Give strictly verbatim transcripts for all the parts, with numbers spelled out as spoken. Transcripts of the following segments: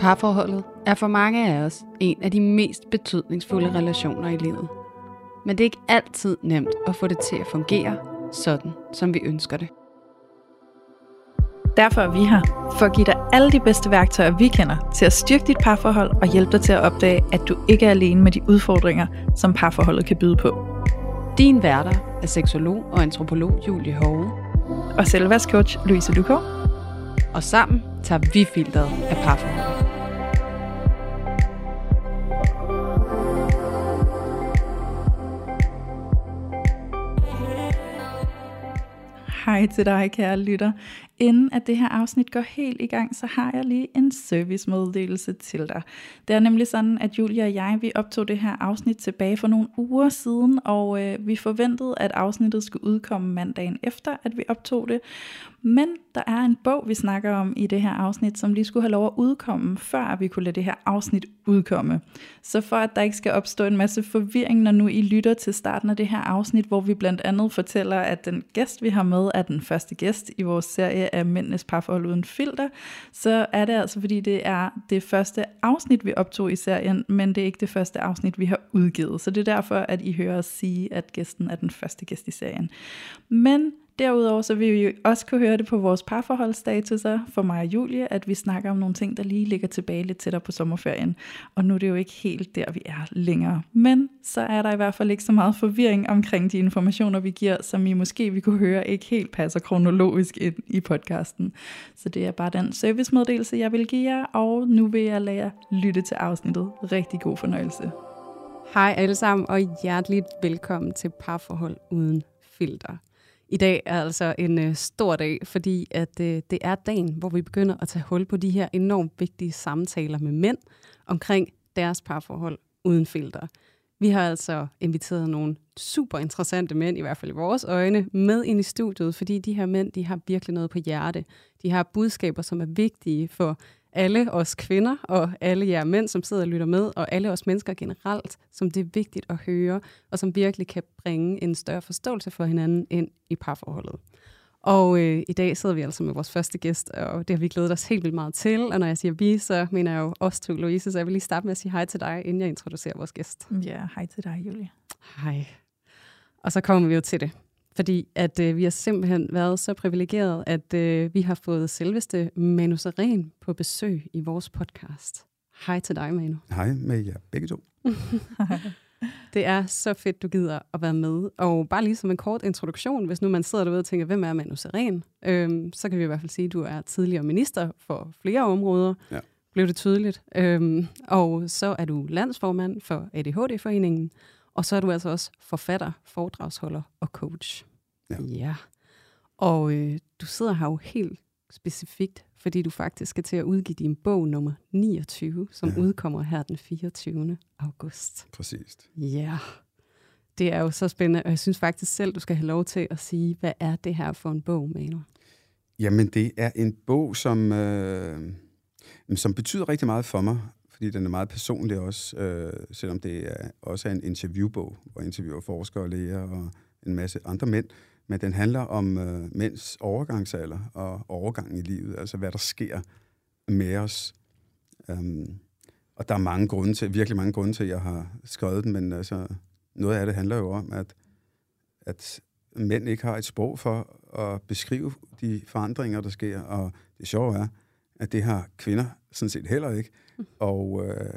Parforholdet er for mange af os en af de mest betydningsfulde relationer i livet. Men det er ikke altid nemt at få det til at fungere sådan, som vi ønsker det. Derfor er vi her, for at give dig alle de bedste værktøjer, vi kender, til at styrke dit parforhold og hjælpe dig til at opdage, at du ikke er alene med de udfordringer, som parforholdet kan byde på. Din værter er seksolog og antropolog Julie Hove og selvværdscoach Louise Lukov. Og sammen tager vi filteret af parforholdet. Hej til dig, kære lytter. Inden at det her afsnit går helt i gang, så har jeg lige en servicemeddelelse til dig. Det er nemlig sådan, at Julia og jeg, vi optog det her afsnit tilbage for nogle uger siden, og øh, vi forventede, at afsnittet skulle udkomme mandagen efter, at vi optog det. Men der er en bog, vi snakker om i det her afsnit, som lige skulle have lov at udkomme, før vi kunne lade det her afsnit udkomme. Så for at der ikke skal opstå en masse forvirring, når nu I lytter til starten af det her afsnit, hvor vi blandt andet fortæller, at den gæst, vi har med, er den første gæst i vores serie af Mændenes Parforhold Uden Filter, så er det altså, fordi det er det første afsnit, vi optog i serien, men det er ikke det første afsnit, vi har udgivet. Så det er derfor, at I hører os sige, at gæsten er den første gæst i serien. Men derudover så vil vi jo også kunne høre det på vores parforholdsstatuser for mig og Julie, at vi snakker om nogle ting, der lige ligger tilbage lidt tættere på sommerferien. Og nu er det jo ikke helt der, vi er længere. Men så er der i hvert fald ikke så meget forvirring omkring de informationer, vi giver, som I måske vi kunne høre ikke helt passer kronologisk ind i podcasten. Så det er bare den servicemeddelelse, jeg vil give jer, og nu vil jeg lade jer lytte til afsnittet. Rigtig god fornøjelse. Hej alle sammen, og hjerteligt velkommen til Parforhold Uden Filter. I dag er altså en øh, stor dag, fordi at øh, det er dagen, hvor vi begynder at tage hul på de her enormt vigtige samtaler med mænd omkring deres parforhold uden filter. Vi har altså inviteret nogle super interessante mænd, i hvert fald i vores øjne, med ind i studiet, fordi de her mænd, de har virkelig noget på hjerte. De har budskaber, som er vigtige for alle os kvinder og alle jer mænd, som sidder og lytter med, og alle os mennesker generelt, som det er vigtigt at høre, og som virkelig kan bringe en større forståelse for hinanden ind i parforholdet. Og øh, i dag sidder vi altså med vores første gæst, og det har vi glædet os helt vildt meget til. Og når jeg siger vi, så mener jeg jo os to, Louise, så jeg vil lige starte med at sige hej til dig, inden jeg introducerer vores gæst. Ja, hej til dig, Julie. Hej. Og så kommer vi jo til det. Fordi at øh, vi har simpelthen været så privilegeret, at øh, vi har fået selveste Manu Sareen på besøg i vores podcast. Hej til dig, Manu. Hej med jer begge to. Det er så fedt, du gider at være med. Og bare lige som en kort introduktion, hvis nu man sidder derude og tænker, hvem er Manu Sareen? Øhm, så kan vi i hvert fald sige, at du er tidligere minister for flere områder. Ja. Blev det tydeligt. Øhm, og så er du landsformand for A D H D-foreningen. Og så er du altså også forfatter, foredragsholder og coach. Ja. ja. Og øh, du sidder her jo helt specifikt, fordi du faktisk skal til at udgive din bog nummer niogtyve, som ja. udkommer her den fireogtyvende august. Præcis. Ja. Det er jo så spændende, og jeg synes faktisk selv, du skal have lov til at sige, hvad er det her for en bog, Manu? Jamen, det er en bog, som, øh, som betyder rigtig meget for mig, fordi den er meget personlig også, øh, selvom det er også er en interviewbog, hvor jeg interviewer forskere og læger og en masse andre mænd. Men den handler om øh, mænds overgangsalder og overgang i livet, altså hvad der sker med os. Um, og der er mange grunde til, virkelig mange grunde til, at jeg har skrevet den, men altså, noget af det handler jo om, at, at mænd ikke har et sprog for at beskrive de forandringer, der sker. Og det sjove er, at det har kvinder sådan set heller ikke. Mm. Og øh,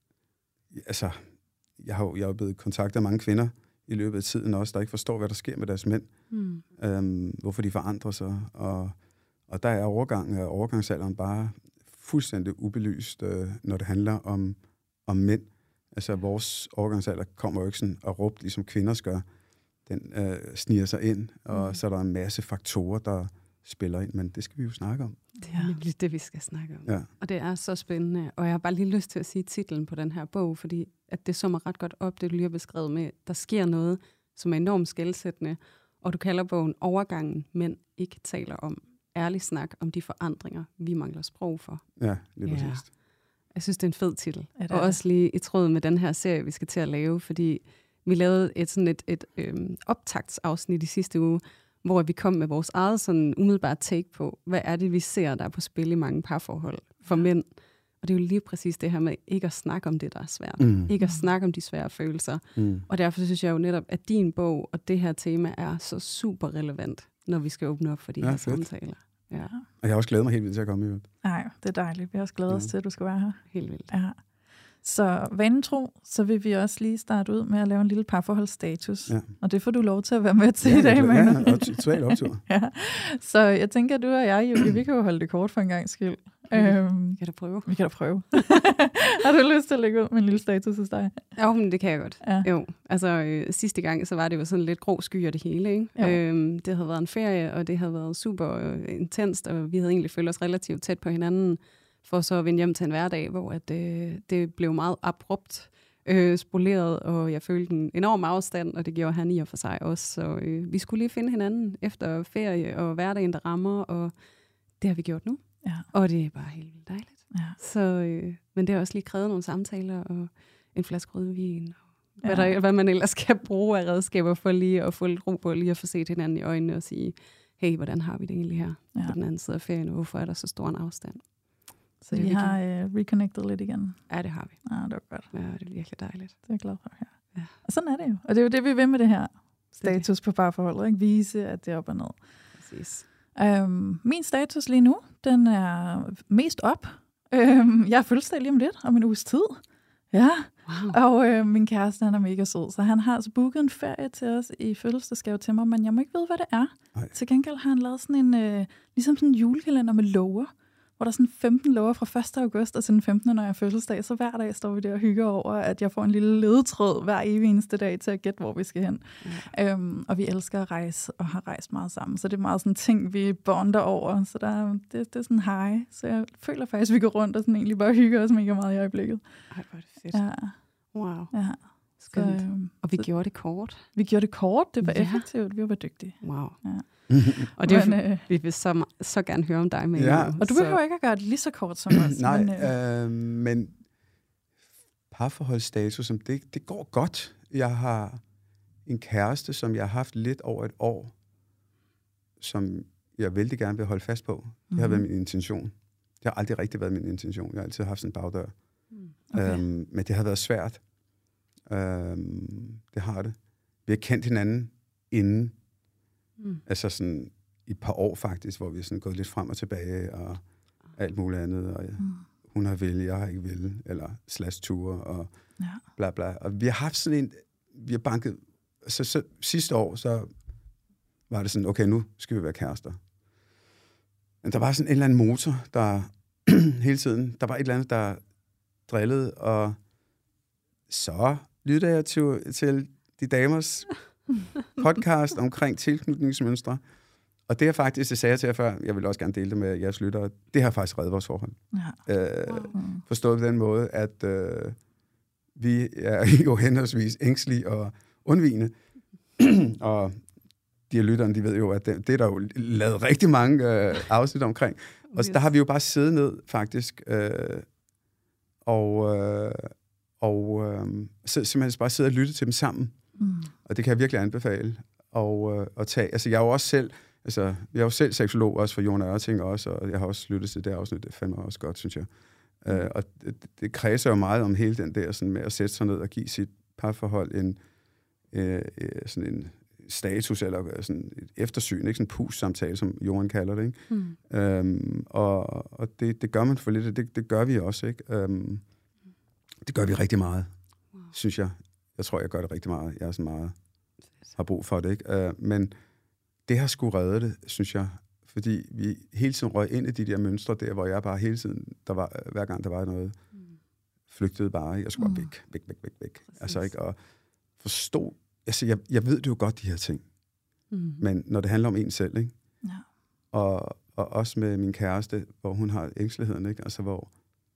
altså, jeg har jo jeg er blevet kontaktet af mange kvinder i løbet af tiden også, der ikke forstår, hvad der sker med deres mænd. Mm. Øhm, hvorfor de forandrer sig. Og, og der er overgang af overgangsalderen bare fuldstændig ubelyst, øh, når det handler om, om mænd. Altså, vores overgangsalder kommer jo ikke sådan og råbt, ligesom kvinders gør. Den øh, sniger sig ind, og mm. så er der en masse faktorer, der spiller ind, men det skal vi jo snakke om. Det er nemlig det, vi skal snakke om. Ja. Og det er så spændende, og jeg har bare lige lyst til at sige titlen på den her bog, fordi at det så mig ret godt op, det du lige har beskrevet med, der sker noget, som er enormt skelsættende, og du kalder bogen Overgangen, mænd ikke taler om. Ærlig snak om de forandringer, vi mangler sprog for. Ja, lige præcis. Ja. Jeg synes, det er en fed titel. Og også lige i tråd med den her serie, vi skal til at lave, fordi vi lavede et, sådan et, et øhm, optaktsafsnit i sidste uge, hvor vi kom med vores eget sådan umiddelbare take på, hvad er det, vi ser, der er på spil i mange parforhold for mænd. Og det er jo lige præcis det her med ikke at snakke om det, der er svært. Mm. Ikke at snakke om de svære følelser. Mm. Og derfor synes jeg jo netop, at din bog og det her tema er så super relevant, når vi skal åbne op for de Ja, her fedt. samtaler. Ja, Og jeg har også glædet mig helt vildt til at komme i. Nej, det er dejligt. Vi har også glædet os Ja. til, at du skal være her. helt vildt. Ja. Så vanen tro, så vil vi også lige starte ud med at lave en lille parforholdsstatus. Ja. Og det får du lov til at være med til Ja, i dag, ja, Manu. ja, og total optur. Ja. Så jeg tænker, at du og jeg, Julie, vi kan jo holde det kort for en gang skyld. Øhm, Kan du prøve? vi kan da prøve. Har du lyst til at lægge ud med en lille status hos dig? Jo, men det kan jeg godt. Ja. Jo, altså øh, sidste gang, så var det jo sådan lidt grå skyer det hele, ikke? Jo. Øhm, det havde været en ferie, og det havde været super øh, intenst, og vi havde egentlig følt os relativt tæt på hinanden, for så at vende hjem til en hverdag, hvor at, øh, det blev meget abrupt øh, spoleret, og jeg følte en enorm afstand, og det gjorde han i og for sig også. Så øh, vi skulle lige finde hinanden efter ferie og hverdagen, der rammer, og det har vi gjort nu. Ja. Og det er bare helt vildt dejligt. Ja. Så, øh, men det har også lige krævet nogle samtaler, og en flaske rødvin, og hvad, Ja. der, hvad man ellers kan bruge af redskaber for lige at få lidt ro på, lige at få set hinanden i øjnene og sige, hey, hvordan har vi det egentlig her Ja. på den anden side af ferien, og hvorfor er der så stor en afstand? Så det er I virkelig- har uh, reconnected lidt igen. Ja, det har vi. Ah, det var godt. Ja, det er virkelig dejligt. Det er jeg glad for at høre. Ja. Og sådan er det jo. Og det er jo det, vi vil med det her status på parforholdet. Ikke? Vise, at det er op og ned. Præcis. Um, min status lige nu, den er mest op. Um, jeg er fødselsdag lige om lidt, om en uges tid. Ja, Wow. og øh, min kæreste, han er mega sød, så han har altså booket en ferie til os i fødselsdagsgave til mig, men jeg må ikke vide, hvad det er. Nej. Til gengæld har han lavet sådan en, øh, ligesom sådan en julekalender med lover, hvor der er sådan femten lover fra første august og til den femtende når jeg er fødselsdag, så hver dag står vi der og hygger over, at jeg får en lille ledetråd hver evig eneste dag til at gætte, hvor vi skal hen. Ja. Øhm, og vi elsker at rejse, og har rejst meget sammen, så det er meget sådan ting, vi bonder over, så der, det, det er sådan high, så jeg føler faktisk, at vi går rundt og sådan egentlig bare hygger os mega meget i øjeblikket. Ej, hvor er det fedt. Ja, Wow. ja. Så, Skønt. øhm, Og vi så- gjorde det kort. vi gjorde det kort, det var Ja. effektivt, vi var dygtige. Wow. Ja. Og det er, Men, øh, vi vil så, så gerne høre om dig med. Ja. og du så, behøver ikke at gøre det lige så kort som os. Nej, men, øh, øh, men parforholdsstatus, det, det går godt. Jeg har en kæreste, som jeg har haft lidt over et år, som jeg vældig gerne vil holde fast på. Det har Mhm. været min intention. Det har aldrig rigtig været min intention. Jeg har altid haft sådan en bagdør. Okay. Øhm, men det har været svært. Øhm, det har det. Vi har kendt hinanden inden, Mm. altså sådan i et par år faktisk, hvor vi er sådan gået lidt frem og tilbage og alt muligt andet. Og ja, Mm. hun har ville, jeg har ikke ville, eller slash ture og Ja. bla bla. Og vi har haft sådan en, vi har banket, så, så sidste år, så var det sådan, okay, nu skal vi være kærester. Men der var sådan en eller anden motor, der hele tiden, der var et eller andet, der drillede, og så lyttede jeg til, til de damers podcast omkring tilknytningsmønstre. Og det er faktisk, det sagde jeg til jer før, jeg vil også gerne dele det med jeres lyttere, det har faktisk reddet vores forhold. Ja. Øh, Wow. Mm. Forstået på den måde, at øh, vi er jo henholdsvis ængstlige og undvigende. Og de her lytterne, de ved jo, at det, det er der jo lavet rigtig mange øh, afsnit omkring. Og så der har vi jo bare siddet ned, faktisk, øh, og, øh, og øh, så, simpelthen bare siddet og lyttet til dem sammen. Mm. Og det kan jeg virkelig anbefale at, øh, at tage. Altså, jeg er jo også selv, altså, jeg er jo selv seksolog også for Jon Ørting også, og jeg har også lyttet til det afsnit, det fandt mig også godt, synes jeg. Mm. Uh, og det, det kredser jo meget om hele den der, sådan med at sætte sig ned og give sit parforhold en, øh, sådan en status, eller sådan et eftersyn, ikke? Sådan en pus-samtale, som Jon kalder det, ikke? Mm. Um, og og det, det gør man for lidt, og det, det gør vi også, ikke? Um, det gør vi rigtig meget, Wow. synes jeg. Jeg tror, jeg gør det rigtig meget. Jeg er sådan meget, har brug for det, ikke? Uh, men det har sgu reddet det, synes jeg. Fordi vi hele tiden røg ind i de der mønstre der, hvor jeg bare hele tiden, der var, hver gang der var noget, Mm. flygtede bare. Jeg skulle bare Mm. væk, væk, væk, væk, væk. Præcis. Altså ikke at forstå. Altså, jeg, jeg ved det jo godt, de her ting. Mm. Men når det handler om en selv, ikke? Ja. Og, og også med min kæreste, hvor hun har ængsteligheden, ikke? Altså, hvor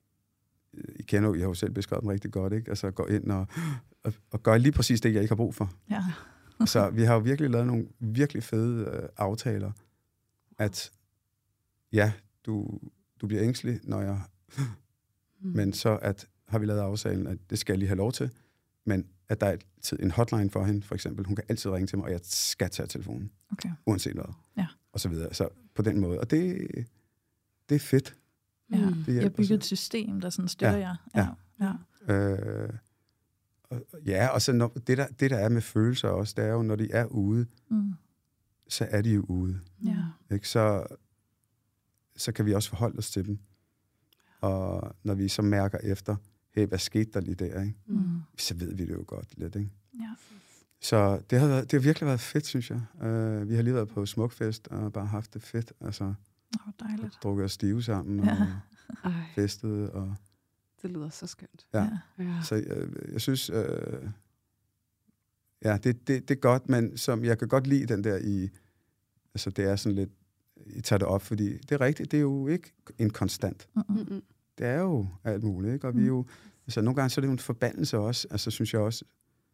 I kender jo, jeg har jo selv beskrevet dem rigtig godt, ikke? Altså, gå ind og, og, og gøre lige præcis det, jeg ikke har brug for. Ja. Så vi har jo virkelig lavet nogle virkelig fede øh, aftaler, at ja, du, du bliver ængstelig, når jeg... Mm. Men så at, har vi lavet aftalen, at det skal jeg lige have lov til, men at der er altid en hotline for hende, for eksempel. Hun kan altid ringe til mig, og jeg skal tage telefonen, Okay. uanset hvad. Ja. Og så videre. Så på den måde. Og det, det er fedt. Ja. Det Jeg bygger et system, der sådan støtter ja. jer. Ja. Ja. Øh, og, ja, og så når, det, der, det der er med følelser også, det er jo, når de er ude, mm. så er de jo ude. Ja. Ikke? Så, så kan vi også forholde os til dem. Og når vi så mærker efter, hey, hvad skete der lige der, ikke? Mm. Så ved vi det jo godt lidt, ikke? Ja. Så det har, været, det har virkelig været fedt, synes jeg. Uh, vi har lige været på Smukfest og bare haft det fedt. Altså, oh, dejligt. Drukket os stive sammen ja. og festet. Og, det lyder så skønt. Ja, ja. Så jeg, jeg synes, uh, ja, det, det, det er godt, men som, jeg kan godt lide den der i, altså det er sådan lidt, I tager det op, fordi det er rigtigt, det er jo ikke en konstant. Mm-hmm. Det er jo alt muligt, ikke? Og vi er jo, altså nogle gange så er det jo en forbandelse også, altså synes jeg også,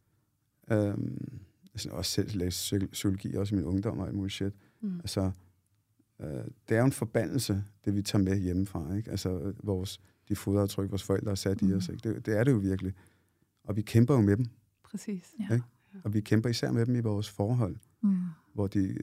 øhm, altså også selv læst psykologi, også i min ungdom og alt muligt shit. Mm. Altså, øh, det er jo en forbandelse, det vi tager med hjemmefra, ikke? Altså vores, de foderaftryk, vores forældre har sat mm. i os, ikke? Det, det er det jo virkelig. Og vi kæmper jo med dem. Præcis. Ja. Ikke? Og vi kæmper især med dem i vores forhold, mm. hvor de øh,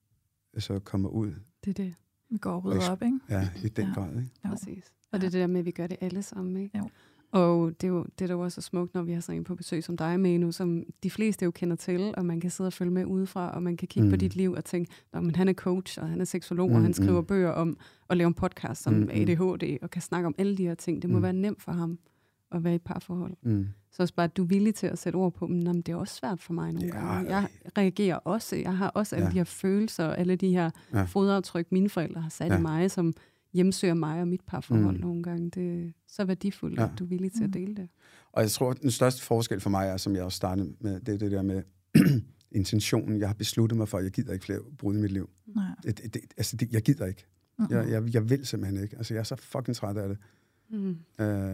så kommer ud. Det er det. Vi går og rydder op, ikke? Ja, i den ja. grad, ikke? Præcis. Og det er det der med, at vi gør det alle sammen, ikke? Jo. Og det er jo det er jo også så smukt, når vi har sådan en på besøg som dig, Manu, som de fleste jo kender til, og man kan sidde og følge med udefra, og man kan kigge mm. på dit liv og tænke, men han er coach, og han er seksolog, mm, og han skriver mm. bøger om at lave en podcast om mm, A D H D, og kan snakke om alle de her ting. Det må mm. være nemt for ham at være i et parforhold. Mm. Så også bare, at du er villig til at sætte ord på, men det er også svært for mig nogle ja, gange. Jeg reagerer også. Jeg har også alle ja. de her følelser, og alle de her ja. fodaftryk, mine forældre har sat ja. i mig, som hjemsøger mig og mit parforhold mm. nogle gange. Det er så værdifuldt, ja. at du er villig til at dele det. Og jeg tror, at den største forskel for mig er, som jeg også startede med, det er det der med intentionen. Jeg har besluttet mig for, at jeg gider ikke flere brud i mit liv. Nej. Det, det, altså, det, jeg gider ikke. Mm-hmm. Jeg, jeg, jeg vil simpelthen ikke. Altså, jeg er så fucking træt af det. Mm. Øh...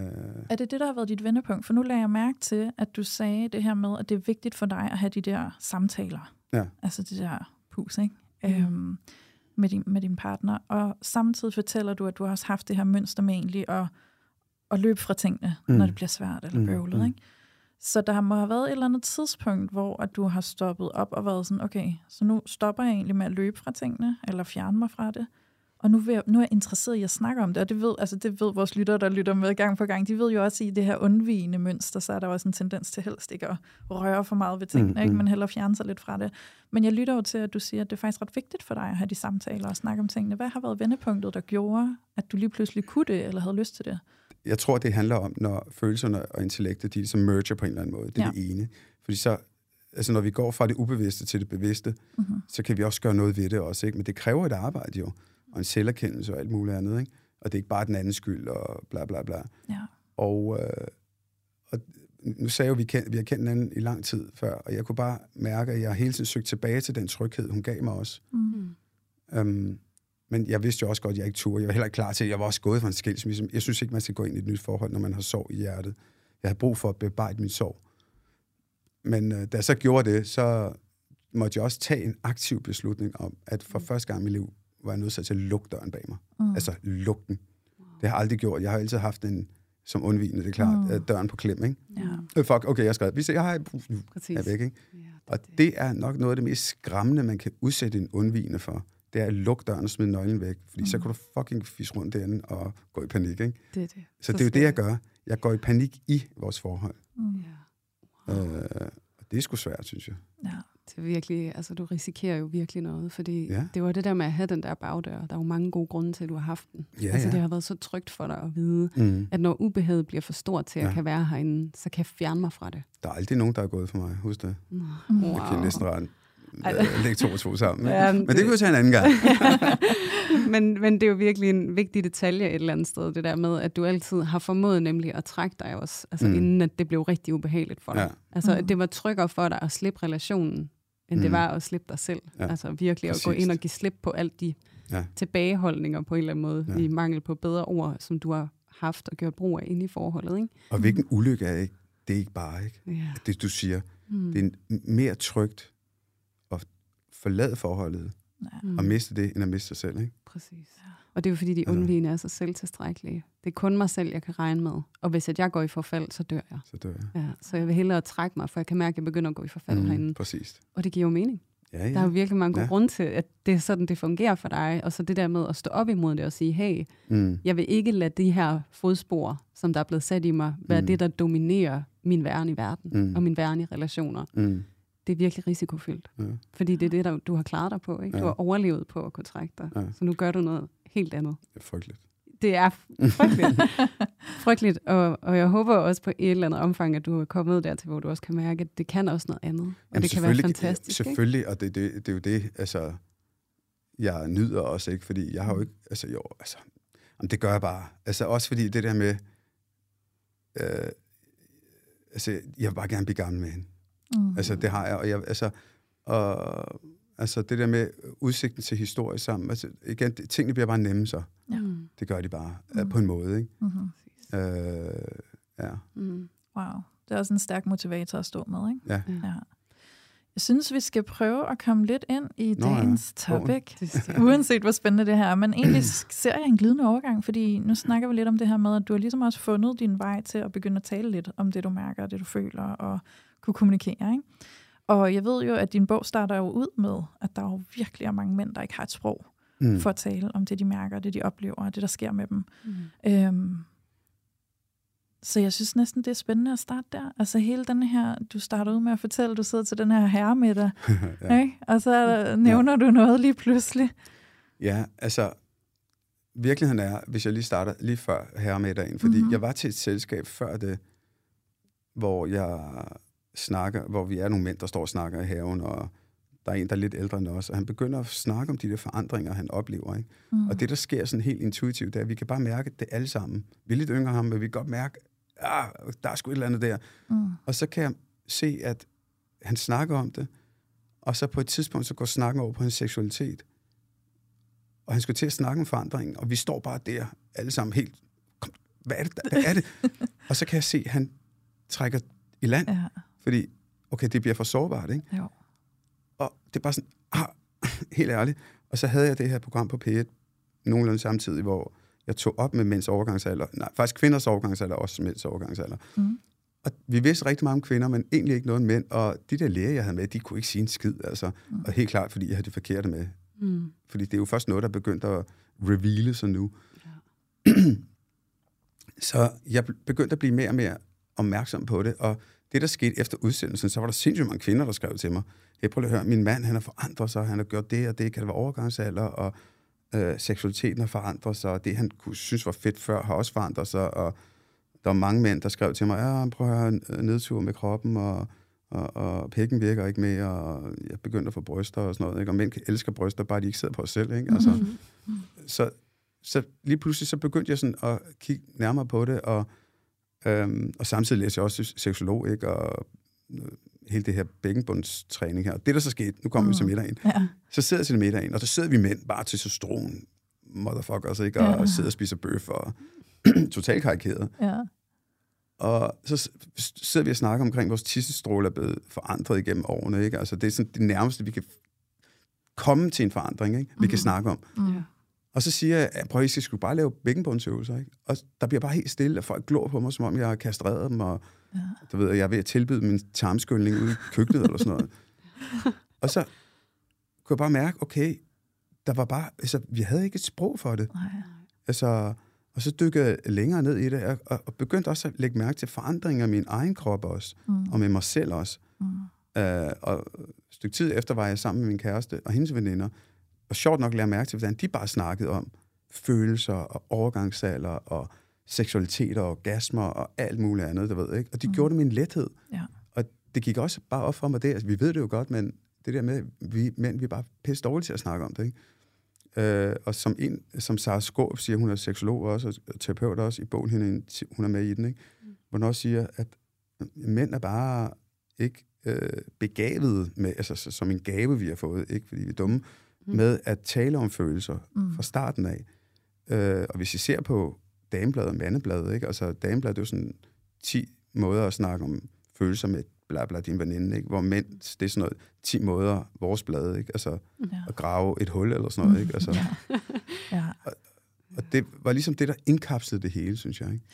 Er det det, der har været dit vendepunkt? For nu lagde jeg mærke til, at du sagde det her med, at det er vigtigt for dig at have de der samtaler. Ja. Altså det der pus, ikke? Mm. Øhm, med, din, med din partner. Og samtidig fortæller du, at du har også haft det her mønster med egentlig at, at løbe fra tingene, mm. når det bliver svært eller bøvlet, mm. ikke? Så der må have været et eller andet tidspunkt, hvor at du har stoppet op og været sådan, okay, så nu stopper jeg egentlig med at løbe fra tingene, eller fjerne mig fra det. Og nu, jeg, nu er jeg interesseret i at snakke om det, og det ved, altså det ved vores lyttere, der lytter med gang på gang, de ved jo også i det her undvigende mønster, så er der også en tendens til helst ikke at røre for meget ved tingene, mm, ikke? Men hellere fjerne sig lidt fra det. Men jeg lytter jo til, at du siger, at det er faktisk ret vigtigt for dig at have de samtaler og snakke om tingene. Hvad har været vendepunktet, der gjorde, at du lige pludselig kunne det, eller havde lyst til det? Jeg tror, det handler om, når følelserne og intellektet, de ligesom merger på en eller anden måde. Det er ja. det ene. Fordi så, altså når vi går fra det ubevidste til det bevidste, mm-hmm. så kan vi også gøre noget ved det også, ikke? Men det kræver et arbejde jo. Og en selverkendelse og alt muligt andet, ikke? Og det er ikke bare den andens skyld og bla bla bla. Ja. Og, øh, og nu sagde jeg jo, at vi, kendt, vi har kendt hinanden i lang tid før, og jeg kunne bare mærke, at jeg hele tiden søgte tilbage til den tryghed, hun gav mig også. Mm. Um, men jeg vidste jo også godt, at jeg ikke turde. Jeg var heller ikke klar til, at jeg var også gået fra en skilsmisse. Jeg synes ikke, man skal gå ind i et nyt forhold, når man har sorg i hjertet. Jeg havde brug for at bearbejde min sorg. Men øh, da jeg så gjorde det, så måtte jeg også tage en aktiv beslutning om, at for første gang i mit liv, var jeg nødt til at lukke døren bag mig. Mm. Altså, lukke den. Wow. Det har jeg aldrig gjort. Jeg har altid haft en, som undvigende, det er klart, mm. døren på klem, ikke? Ja. Fuck, okay, jeg har skrevet. Vi ser, jeg har nu er væk, ikke? Ja, det og det. det er nok noget af det mest skræmmende, man kan udsætte en undvigende for. Det er at lukke døren og smide nøglen væk. Fordi mm. så kan du fucking fiske rundt derinde og gå i panik, ikke? Det er det. Så, så det er jo det, jeg gør. Jeg går i panik i vores forhold. Mm. Ja. Wow. Øh, og det er sgu svært, synes jeg. Ja. Det er virkelig, altså du risikerer jo virkelig noget, fordi ja. det var det der med at have den der bagdør. Der er jo mange gode grunde til, at du har haft den. Ja, altså ja. det har været så trygt for dig at vide, mm. at når ubehaget bliver for stort til, at ja. kan være herinde, så kan jeg fjerne mig fra det. Der er aldrig nogen, der er gået for mig, husk det. Mm. Wow. Jeg kan næsten rette lægge to og to sammen. Ja, men det, det kan vi jo tage en anden gang. men, men det er jo virkelig en vigtig detalje et eller andet sted, det der med, at du altid har formået nemlig at trække dig også, altså mm. inden at det blev rigtig ubehageligt for dig. Ja. Altså at det var tryggere for dig at slippe relationen, end mm. det var at slippe dig selv. Ja. Altså virkelig Præcis. At gå ind og give slip på alt de ja. tilbageholdninger på en eller anden måde, ja. i mangel på bedre ord, som du har haft og gjort brug af inde i forholdet. Ikke? Og hvilken ulykke er ikke? Det er ikke bare, ikke? Ja. Det du siger, mm. det er mere trygt at forlade forholdet, ja. og miste det, end at miste sig selv, ikke? Præcis. Ja. Og det er jo fordi, de undvigende er så selvtilstrækkelige. Det er kun mig selv, jeg kan regne med. Og hvis at jeg går i forfald, så dør jeg. Så dør jeg. Ja, så jeg vil hellere trække mig, for jeg kan mærke, at jeg begynder at gå i forfald mm, herinde. Præcis. Og det giver jo mening. Ja, ja. Der er jo virkelig mange gode ja. grunde til, at det er sådan, det fungerer for dig. Og så det der med at stå op imod det og sige, hey, mm. jeg vil ikke lade de her fodspor, som der er blevet sat i mig, være Mm. det, der dominerer min væren i verden Mm. og min væren i relationer. Mm. Det er virkelig risikofyldt. Ja. Fordi det er det, der, du har klaret dig på. Ikke? Ja. Du har overlevet på at kunne trække dig. Ja. Så nu gør du noget helt andet. Det er frygteligt. Det er frygteligt. frygteligt, og, og jeg håber også på et eller andet omfang, at du er kommet dertil, hvor du også kan mærke, at det kan også noget andet. Og Jamen, det kan være fantastisk. Selvfølgelig, ikke? Og det, det, det er jo det, altså, jeg nyder også, ikke? Fordi jeg har jo ikke, altså jo, altså, jamen, det gør jeg bare. Altså også fordi det der med, øh, altså, jeg vil bare gerne blive gammel med hende. Mm. Altså det har jeg, og jeg, altså, og, altså det der med udsigten til historie sammen, altså igen, det, tingene bliver bare nemme så. Ja. Det gør de bare, Mm. øh, på en måde, ikke? Mm-hmm. Øh, ja. Mm. Wow, det er også en stærk motivator at stå med, ikke? Ja. Ja. Jeg synes, vi skal prøve at komme lidt ind i Nå, dagens ja. topic, uanset hvor spændende det her er. Men egentlig ser jeg en glidende overgang, fordi nu snakker vi lidt om det her med, at du har ligesom også fundet din vej til at begynde at tale lidt om det, du mærker, det du føler, og kunne kommunikere, ikke? Og jeg ved jo, at din bog starter jo ud med, at der jo virkelig er mange mænd, der ikke har et sprog Mm. for at tale om det, de mærker, det, de oplever, og det, der sker med dem. Mm. Øhm, så jeg synes næsten, det er spændende at starte der. Altså hele den her, du starter ud med at fortælle, du sidder til den her herremiddag, ja. ikke? Og så nævner ja. du noget lige pludselig. Ja, altså, virkeligheden er, hvis jeg lige starter lige før herremiddagen, fordi mm-hmm. jeg var til et selskab før det, hvor jeg snakker, hvor vi er nogle mænd, der står og snakker i haven, og der er en, der er lidt ældre end os, og han begynder at snakke om de der forandringer, han oplever, ikke? Mm. Og det, der sker sådan helt intuitivt, det er, at vi kan bare mærke det alle sammen. Vi er lidt yngre ham, men vi kan godt mærke, ah, der er sgu et eller andet der. Mm. Og så kan jeg se, at han snakker om det, og så på et tidspunkt, så går snakken over på hans seksualitet. Og han skal til at snakke om forandringen, og vi står bare der, alle sammen helt, kom, hvad er det? Hvad er det? Og så kan jeg se, at han trækker i land, ja. Fordi, okay, det bliver for sårbart, ikke? Jo. Og det er bare sådan, ah, helt ærligt. Og så havde jeg det her program på P et nogenlunde samtidig, hvor jeg tog op med mænds overgangsalder. Nej, faktisk kvinders overgangsalder, også mænds overgangsalder. Mm. Og vi vidste rigtig meget om kvinder, men egentlig ikke noget om mænd. Og de der læger, jeg havde med, de kunne ikke sige en skid. Altså. Mm. Og helt klart, fordi jeg havde det forkerte med. Mm. Fordi det er jo først noget, der begyndte at reveale sig nu. Ja. Så jeg begyndte at blive mere og mere opmærksom på det. Og det, der skete efter udsendelsen, så var der sindssygt mange kvinder, der skrev til mig. Jeg prøver at høre, min mand, han har forandret sig, han har gjort det og det, kan det være overgangsalder, og øh, seksualiteten har forandret sig, og det, han kunne synes var fedt før, har også forandret sig, og der var mange mænd, der skrev til mig, ja, prøv at høre, nedtur med kroppen, og, og, og pikken virker ikke mere, og jeg begynder at få bryster og sådan noget, ikke? Og mænd elsker bryster, bare de ikke sidder på os selv, ikke? Altså, mm-hmm. så, så lige pludselig, så begyndte jeg sådan at kigge nærmere på det, og, øhm, og samtidig læste jeg også seksolog, ikke? Og hele det her bækkenbundstræning her. Og det, der så skete, nu kommer mm. vi til middagen, ja. Så sidder jeg til middagen, og så sidder vi mænd bare til testosteron, motherfuckers, ikke? Og, ja. Og sidder og spiser bøf og totalt karikeret. Ja. Og så sidder vi og snakker omkring, vores tissestråle er blevet forandret igennem årene, ikke? Altså, det er sådan det nærmeste, vi kan komme til en forandring, ikke? Vi mm. kan snakke om. Mm. Og så siger jeg, prøv, I skal sgu bare lave bækkenbundsøvelser, ikke? Og der bliver bare helt stille, og folk glor på mig, som om jeg har kastreret dem, og ja. Du ved, jeg er ved at tilbyde min tarmskyldning ude i køkkenet, eller sådan noget. Og så kunne jeg bare mærke, okay, der var bare, altså, vi havde ikke et sprog for det. Nej. Altså, og så dykkede jeg længere ned i det, og, og begyndte også at lægge mærke til forandringer i min egen krop også, mm. og med mig selv også. Mm. Uh, og et stykke tid efter var jeg sammen med min kæreste og hendes veninder, og sjovt nok lade mærke til, hvordan de bare snakkede om følelser og overgangsalder og seksualitet og orgasmer og alt muligt andet, du ved, ikke? Og de mm. gjorde det med en lethed. Ja. Og det gik også bare op for mig der. Altså, vi ved det jo godt, men det der med, vi mænd, vi er bare pisse dårlige til at snakke om det, ikke? Øh, og som en, som Sara Skåb siger, hun er seksolog også, og terapeut også, i bogen, hende, hun er med i den, ikke? Mm. Hvor hun også siger, at mænd er bare ikke øh, begavet med, altså som en gave, vi har fået, ikke fordi vi er dumme, mm. med at tale om følelser mm. fra starten af. Øh, og hvis I ser på damebladet og mandebladet, ikke? Altså damebladet, det er jo sådan ti måder at snakke om følelser med bla bla din veninde, ikke? Hvor mænd, det er sådan noget ti måder vores blad, ikke? Altså ja. At grave et hul eller sådan noget, ikke? Altså, ja. Ja. Og, og det var ligesom det, der indkapslede det hele, synes jeg, ikke? Mm.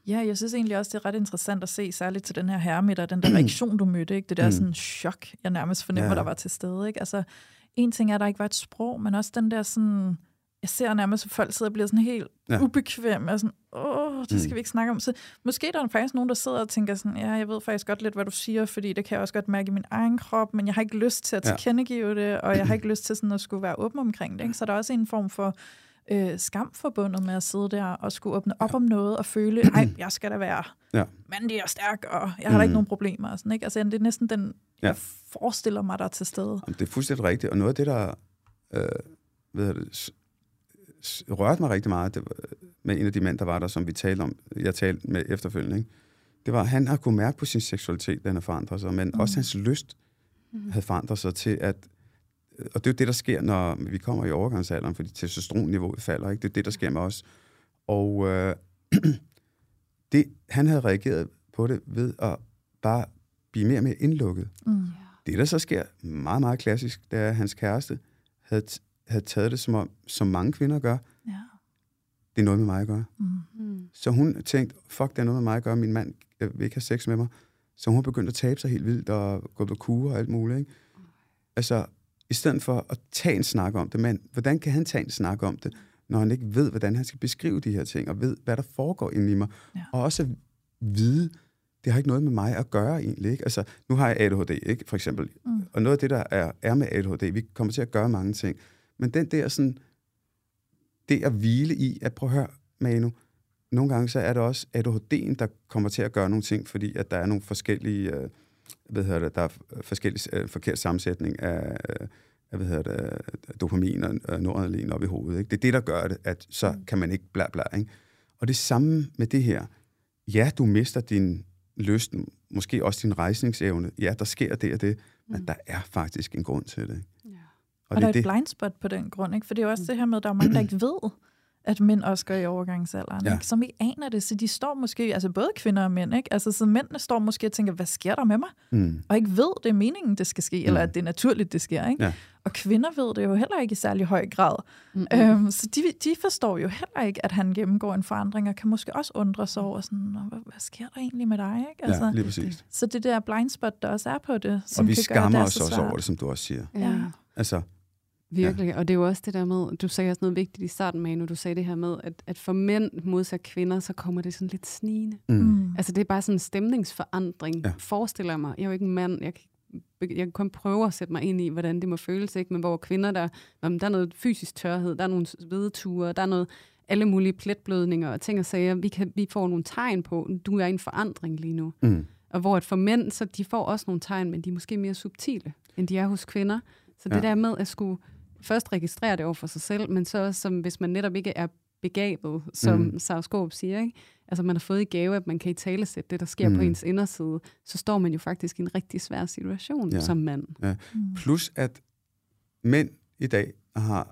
Ja, jeg synes egentlig også, det er ret interessant at se, særligt til den her herremiddag, den der reaktion, du mødte, ikke? Det der mm. sådan chok, jeg nærmest fornemmer, ja. der var til stede. Ikke? Altså, en ting er, at der ikke var et sprog, men også den der sådan, jeg ser nærmest, at folk sidder og bliver sådan helt ja. ubekvemme, og sådan, åh, det skal mm. vi ikke snakke om. Så måske der er faktisk nogen, der sidder og tænker sådan, ja, jeg ved faktisk godt lidt, hvad du siger, fordi det kan jeg også godt mærke i min egen krop, men jeg har ikke lyst til at tilkendegive det, og jeg har ikke lyst til sådan at skulle være åben omkring det. Ikke? Så der er også en form for øh, skam forbundet med at sidde der og skulle åbne op ja. om noget og føle, ej, jeg skal da være ja. mandig og stærk, og jeg har mm. da ikke nogen problemer. Og sådan, ikke? Altså, det er næsten den, ja. jeg forestiller mig, der er til stede. Det er fuldstændig rigtigt, og noget af det, der øh, ved det, rørte mig rigtig meget, det var, med en af de mænd, der var der, som vi talte om, jeg talte med efterfølgende, ikke? Det var, at han har kunnet mærke på sin seksualitet, den har forandret sig, men mm. også hans lyst mm. havde forandret sig til, at, og det er jo det, der sker, når vi kommer i overgangsalderen, fordi testosteronniveauet falder, ikke? Det er det, der sker med os. Og øh, det, han havde reageret på det ved at bare blive mere og mere indlukket. Mm. Det, der så sker meget, meget klassisk, det er, at hans kæreste havde havde taget det, som, om, som mange kvinder gør. Ja. Det er noget med mig at gøre. Mm. Så hun tænkte, fuck, det er noget med mig at gøre, min mand vil ikke have sex med mig. Så hun begyndte at tabe sig helt vildt, og gå på kur og alt muligt. Ikke? Mm. Altså, i stedet for at tage en snak om det, men hvordan kan han tage en snak om det, når han ikke ved, hvordan han skal beskrive de her ting, og ved, hvad der foregår inde i mig. Ja. Og også at vide, det har ikke noget med mig at gøre egentlig. Ikke? Altså, nu har jeg A D H D, ikke? For eksempel. Mm. Og noget af det, der er, er med A D H D, vi kommer til at gøre mange ting. Men den der sådan, det at hvile i, at prøv at høre, Manu, nogle gange så er det også A D H D'en, der kommer til at gøre nogle ting, fordi at der er nogle forskellige, øh, hvad hedder det, der er forskellige øh, forkert sammensætning af, øh, hvad hedder det, dopamin og noradrenalin op i hovedet. Ikke? Det er det, der gør det, at så kan man ikke bla bla. Ikke? Og det samme med det her. Ja, du mister din lyst, måske også din rejsningsevne. Ja, der sker det og det, men mm. der er faktisk en grund til det. Ikke? Og, og der er et det. blind spot på den grund, ikke? For det er jo også det her med, at der er mange, der ikke ved, at mænd også går i overgangsalderen, ja. ikke? Som ikke aner det, så de står måske, altså både kvinder og mænd, ikke? Altså så mændene står måske og tænker, hvad sker der med mig? Mm. Og ikke ved, det er meningen, det skal ske, mm. eller at det er naturligt, det sker, ikke? Ja. Og kvinder ved det jo heller ikke i særlig høj grad. Mm-hmm. Øhm, så de, de forstår jo heller ikke, at han gennemgår en forandring, og kan måske også undre sig over sådan, hvad, hvad sker der egentlig med dig, ikke? Altså, ja, lige præcis. Så det der blind spot, der også er på det, som og vi kan skammer gøre, os også over det, som du også siger. Ja. Altså, virkelig, ja. Og det er jo også det der med, du sagde også noget vigtigt i starten, Manu, du sagde det her med, at, at for mænd modsat kvinder, så kommer det sådan lidt snigende. Mm. Altså det er bare sådan en stemningsforandring, ja. forestiller jeg mig. Jeg er jo ikke en mand, jeg kan, jeg kan kun prøve at sætte mig ind i, hvordan det må føles, ikke? Men hvor kvinder, der, der er noget fysisk tørhed, der er nogle svedeture, der er noget, alle mulige pletblødninger og ting og sager. Vi, kan, vi får nogle tegn på, du er i en forandring lige nu. Mm. Og hvor at for mænd, så de får også nogle tegn, men de er måske mere subtile, end de er hos kvinder. Så det ja. der med at skulle først registrere det over for sig selv, men så også, som, hvis man netop ikke er begabet, som mm. Sarskåb siger, ikke? Altså man har fået i gave, at man kan i talesætte det, der sker mm. på ens inderside, så står man jo faktisk i en rigtig svær situation ja. som mand. Ja. Mm. Plus at mænd i dag har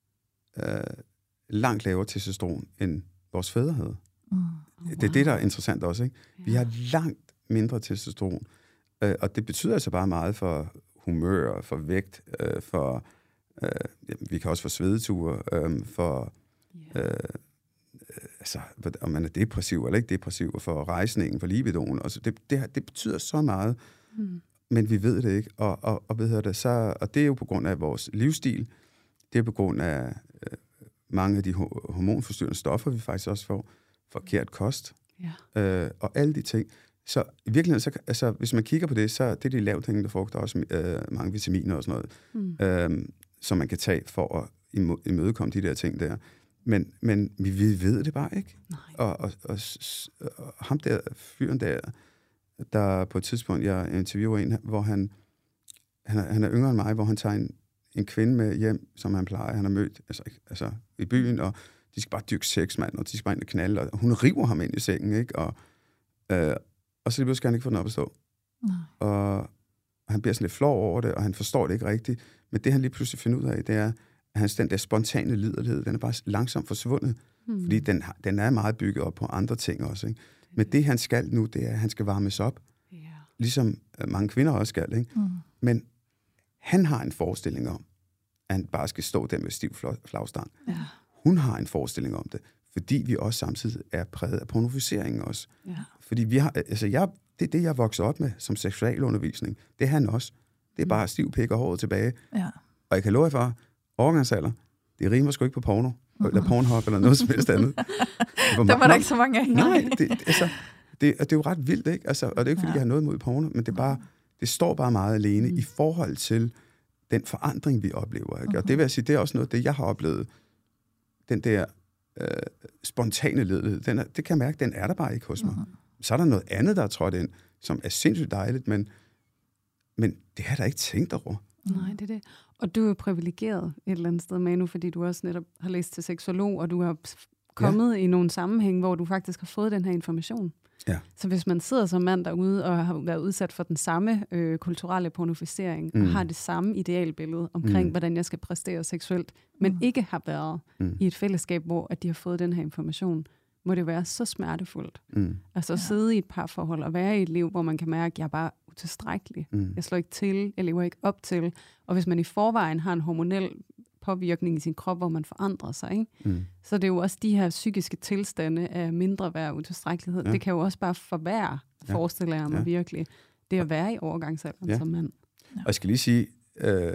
øh, langt lavere testosteron, end vores fædre havde. Mm. Wow. Det er det, der er interessant også. Ikke? Ja. Vi har langt mindre testosteron, øh, og det betyder altså bare meget for humør, for vægt, øh, for øh, vi kan også få svedeture, øh, for yeah. øh, altså, om man er depressiv eller ikke depressiv, og for rejsningen, for libidoen. Altså, det, det, det betyder så meget, mm. men vi ved det ikke. Og, og, og, ved det, så, og det er jo på grund af vores livsstil, det er på grund af øh, mange af de hormonforstyrrende stoffer, vi faktisk også får, forkert kost, yeah. øh, og alle de ting. Så i virkeligheden, så, altså, hvis man kigger på det, så det er de lavt hængende frugter, også øh, mange vitaminer og sådan noget, mm. øh, som man kan tage for at imødekomme de der ting der. Men, men vi, vi ved det bare ikke. Og, og, og, og ham der, fyren der, der på et tidspunkt, jeg interviewer en, hvor han, han, er, han er yngre end mig, hvor han tager en, en kvinde med hjem, som han plejer, han har mødt altså, altså, i byen, og de skal bare dyrke sex, mand, og de skal bare ind og knalde, og hun river ham ind i sengen, ikke? Og, øh, og så lige pludselig skal han ikke få den op at stå. Nej. Og han bliver sådan lidt flov over det, og han forstår det ikke rigtigt. Men det, han lige pludselig finder ud af, det er, at hans den der spontane liderlighed, den er bare langsomt forsvundet. Hmm. Fordi den, den er meget bygget op på andre ting også. Ikke? Men det, han skal nu, det er, at han skal varmes op. Yeah. Ligesom mange kvinder også skal. Ikke? Hmm. Men han har en forestilling om, at han bare skal stå der med stiv flagstang. Yeah. Hun har en forestilling om det. fordi vi også samtidig er præget af pornofiseringen også. Ja. Fordi vi har, altså jeg, det er det, jeg voksede op med som seksualundervisning. Det er han også. Det er Mm. bare stiv pik og håret tilbage. Ja. Og jeg kan love jer for, overgangsalder, det rimer sgu ikke på porno, eller Pornhub, eller noget som helst andet. Der var der ikke så mange af. Nej, det, altså, det, det er jo ret vildt, ikke? Altså, og det er ikke, fordi Ja. jeg har noget mod porno, men det, er bare, det står bare meget alene Mm. i forhold til den forandring, vi oplever. Ikke? Mhm. Og det vil jeg sige, det er også noget, det jeg har oplevet. Den der øh, spontane ledighed, den er, det kan jeg mærke, den er der bare ikke hos mig. Mhm. Så er der noget andet, der er trådt ind, som er sindssygt dejligt, men, men det har jeg da ikke tænkt over. Nej, det er det. Og du er jo privilegeret et eller andet sted, Manu, fordi du også netop har læst til seksolog, og du har kommet ja. i nogle sammenhæng, hvor du faktisk har fået den her information. Ja. Så hvis man sidder som mand derude og har været udsat for den samme øh, kulturelle pornofisering, mm. og har det samme idealbillede omkring, mm. hvordan jeg skal præstere seksuelt, men Mm. ikke har været Mm. i et fællesskab, hvor at de har fået den her information, må det være så smertefuldt. Mm. Altså at Ja. sidde i et parforhold og være i et liv, hvor man kan mærke, at jeg er bare utilstrækkelig. Mm. Jeg slår ikke til, jeg lever ikke op til. Og hvis man i forvejen har en hormonel påvirkning i sin krop, hvor man forandrer sig, ikke? Mm. Så det er jo også de her psykiske tilstande af mindre værd og utilstrækkelighed. Ja. Det kan jo også bare forværre, Ja. forestiller jeg mig Ja. virkelig, det at være i overgangsalderen Ja. som mand. Og jeg skal lige sige, øh,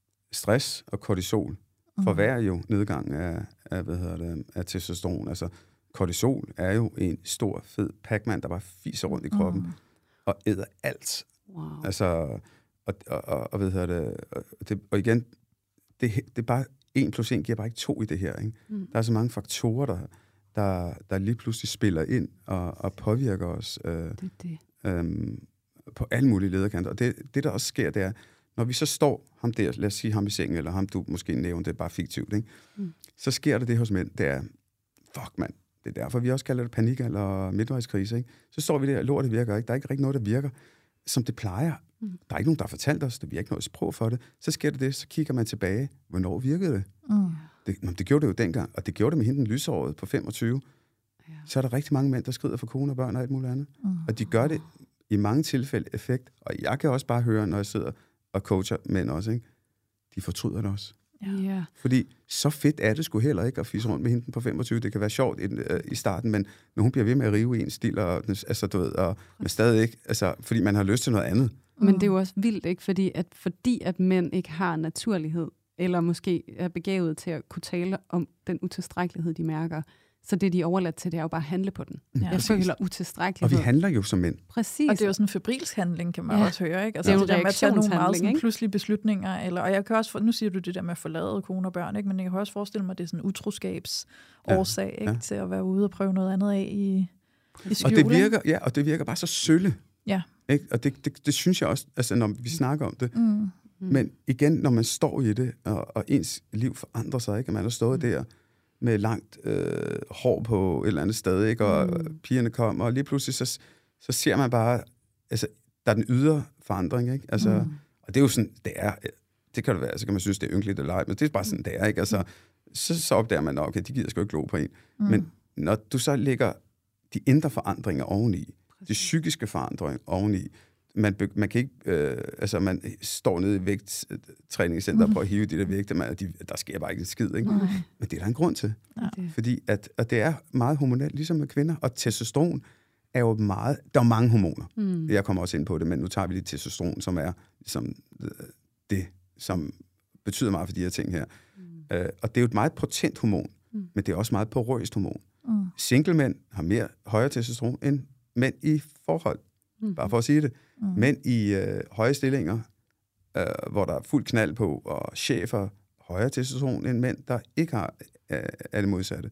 stress og kortisol forværrer jo nedgangen af, af, hvad hedder det, af testosteron. Altså, kortisol er jo en stor, fed Pac-Man, der bare fiser rundt i kroppen Mm. og æder alt. Wow. Altså, og, og, og, og, hvad hedder det, og, det, og igen, det, det er bare, en plus en giver bare ikke to i det her. Ikke? Mm. Der er så mange faktorer, der, der, der lige pludselig spiller ind og, og påvirker os øh, Det er det. øhm, på alle mulige lederkanter. Og det, det, der også sker, det er, når vi så står ham der, lad os sige ham i sengen, eller ham du måske nævnte, det er bare fiktivt, ikke? Mm. Så sker der det hos mænd, det er, fuck mand, det er derfor, vi også kalder det panik eller midtvejskrise, ikke? Så står vi der, og lort, det virker ikke. Der er ikke rigtig noget, der virker, som det plejer. Mm. Der er ikke nogen, der har fortalt os, der bliver ikke noget sprog for det. Så sker det det, så kigger man tilbage. Hvornår virkede det? Mm. Det, nå, det gjorde det jo dengang, og det gjorde det med hende den lysåret på femogtyve. Ja. Så er der rigtig mange mænd, der skrider for kone og børn og alt muligt andet. Mm. Og de gør det i mange tilfælde effekt. Og jeg kan også bare høre, når jeg sidder og coacher mænd også, ikke? De fortryder det også. Ja. Ja. Fordi så fedt er det sgu heller ikke at fisse rundt med hende på femogtyve. Det kan være sjovt i, øh, i starten, men når hun bliver ved med at rive i en stil, og, altså, du ved, og men stadig ikke, altså, fordi man har lyst til noget andet. Men det er jo også vildt, ikke? Fordi at, fordi at mænd ikke har naturlighed, eller måske er begavet til at kunne tale om den utilstrækkelighed, de mærker, så det, de er overladt til, det er jo bare at handle på den. Ja. Jeg føler Og utilstrækkelighed. vi handler jo som mænd. Præcis. Og det er jo sådan en febrilsk handling, kan man Ja. også høre, ikke? Altså Det er jo det, det der med at tage nogle meget reaktionshandling, sådan ikke? pludselige beslutninger, eller, og jeg kan også, for, nu siger du det der med at forlade kone og børn, ikke? Men jeg kan også forestille mig, at det er sådan en utroskabsårsag, ikke? Ja. Til at være ude og prøve noget andet af i, i Og skjul, det virker, ja, og det virker bare så sølle. Ja. Ikke? Og det, det, det synes jeg også, altså når vi snakker om det. ikke? Mm. Mm. Men igen, når man står i det, og, og ens liv forandrer sig, ikke? Og man har stået Mm. der med langt øh, hår på et eller andet sted, ikke? Og Mm. pigerne kommer, og lige pludselig så, så ser man bare, altså, der er den ydre forandring, ikke? Altså, Mm. og det er jo sådan, det er, det kan det være, så kan man synes, det er ynkeligt eller ej, men det er bare sådan, det er, ikke? Altså, så, så opdager man, okay, de gider sgu ikke glo på en. Mm. Men når du så lægger de indre forandringer oveni, de psykiske forandringer oveni, man, be- man kan ikke, øh, altså man står nede i vægttræningscenter Mhm. på at hive de der vægte, man, de, der sker bare ikke en skid, ikke? Nej. Men det er der en grund til, Ja. Det. fordi at, at det er meget hormonelt, ligesom med kvinder, og testosteron er jo meget, der er mange hormoner. Mm. Jeg kommer også ind på det, men nu tager vi lige testosteron, som er ligesom, øh, det, som betyder meget for de her ting her. Mm. Øh, og det er jo et meget potent hormon, Mm. men det er også meget porøst hormon. Mm. Single mænd har mere højere testosteron end mænd i forhold. Mm. Bare for at sige det. Mm. Mænd i øh, høje stillinger, øh, hvor der er fuld knald på, og chefer højere testosteron end mænd, der ikke har øh, er det modsatte.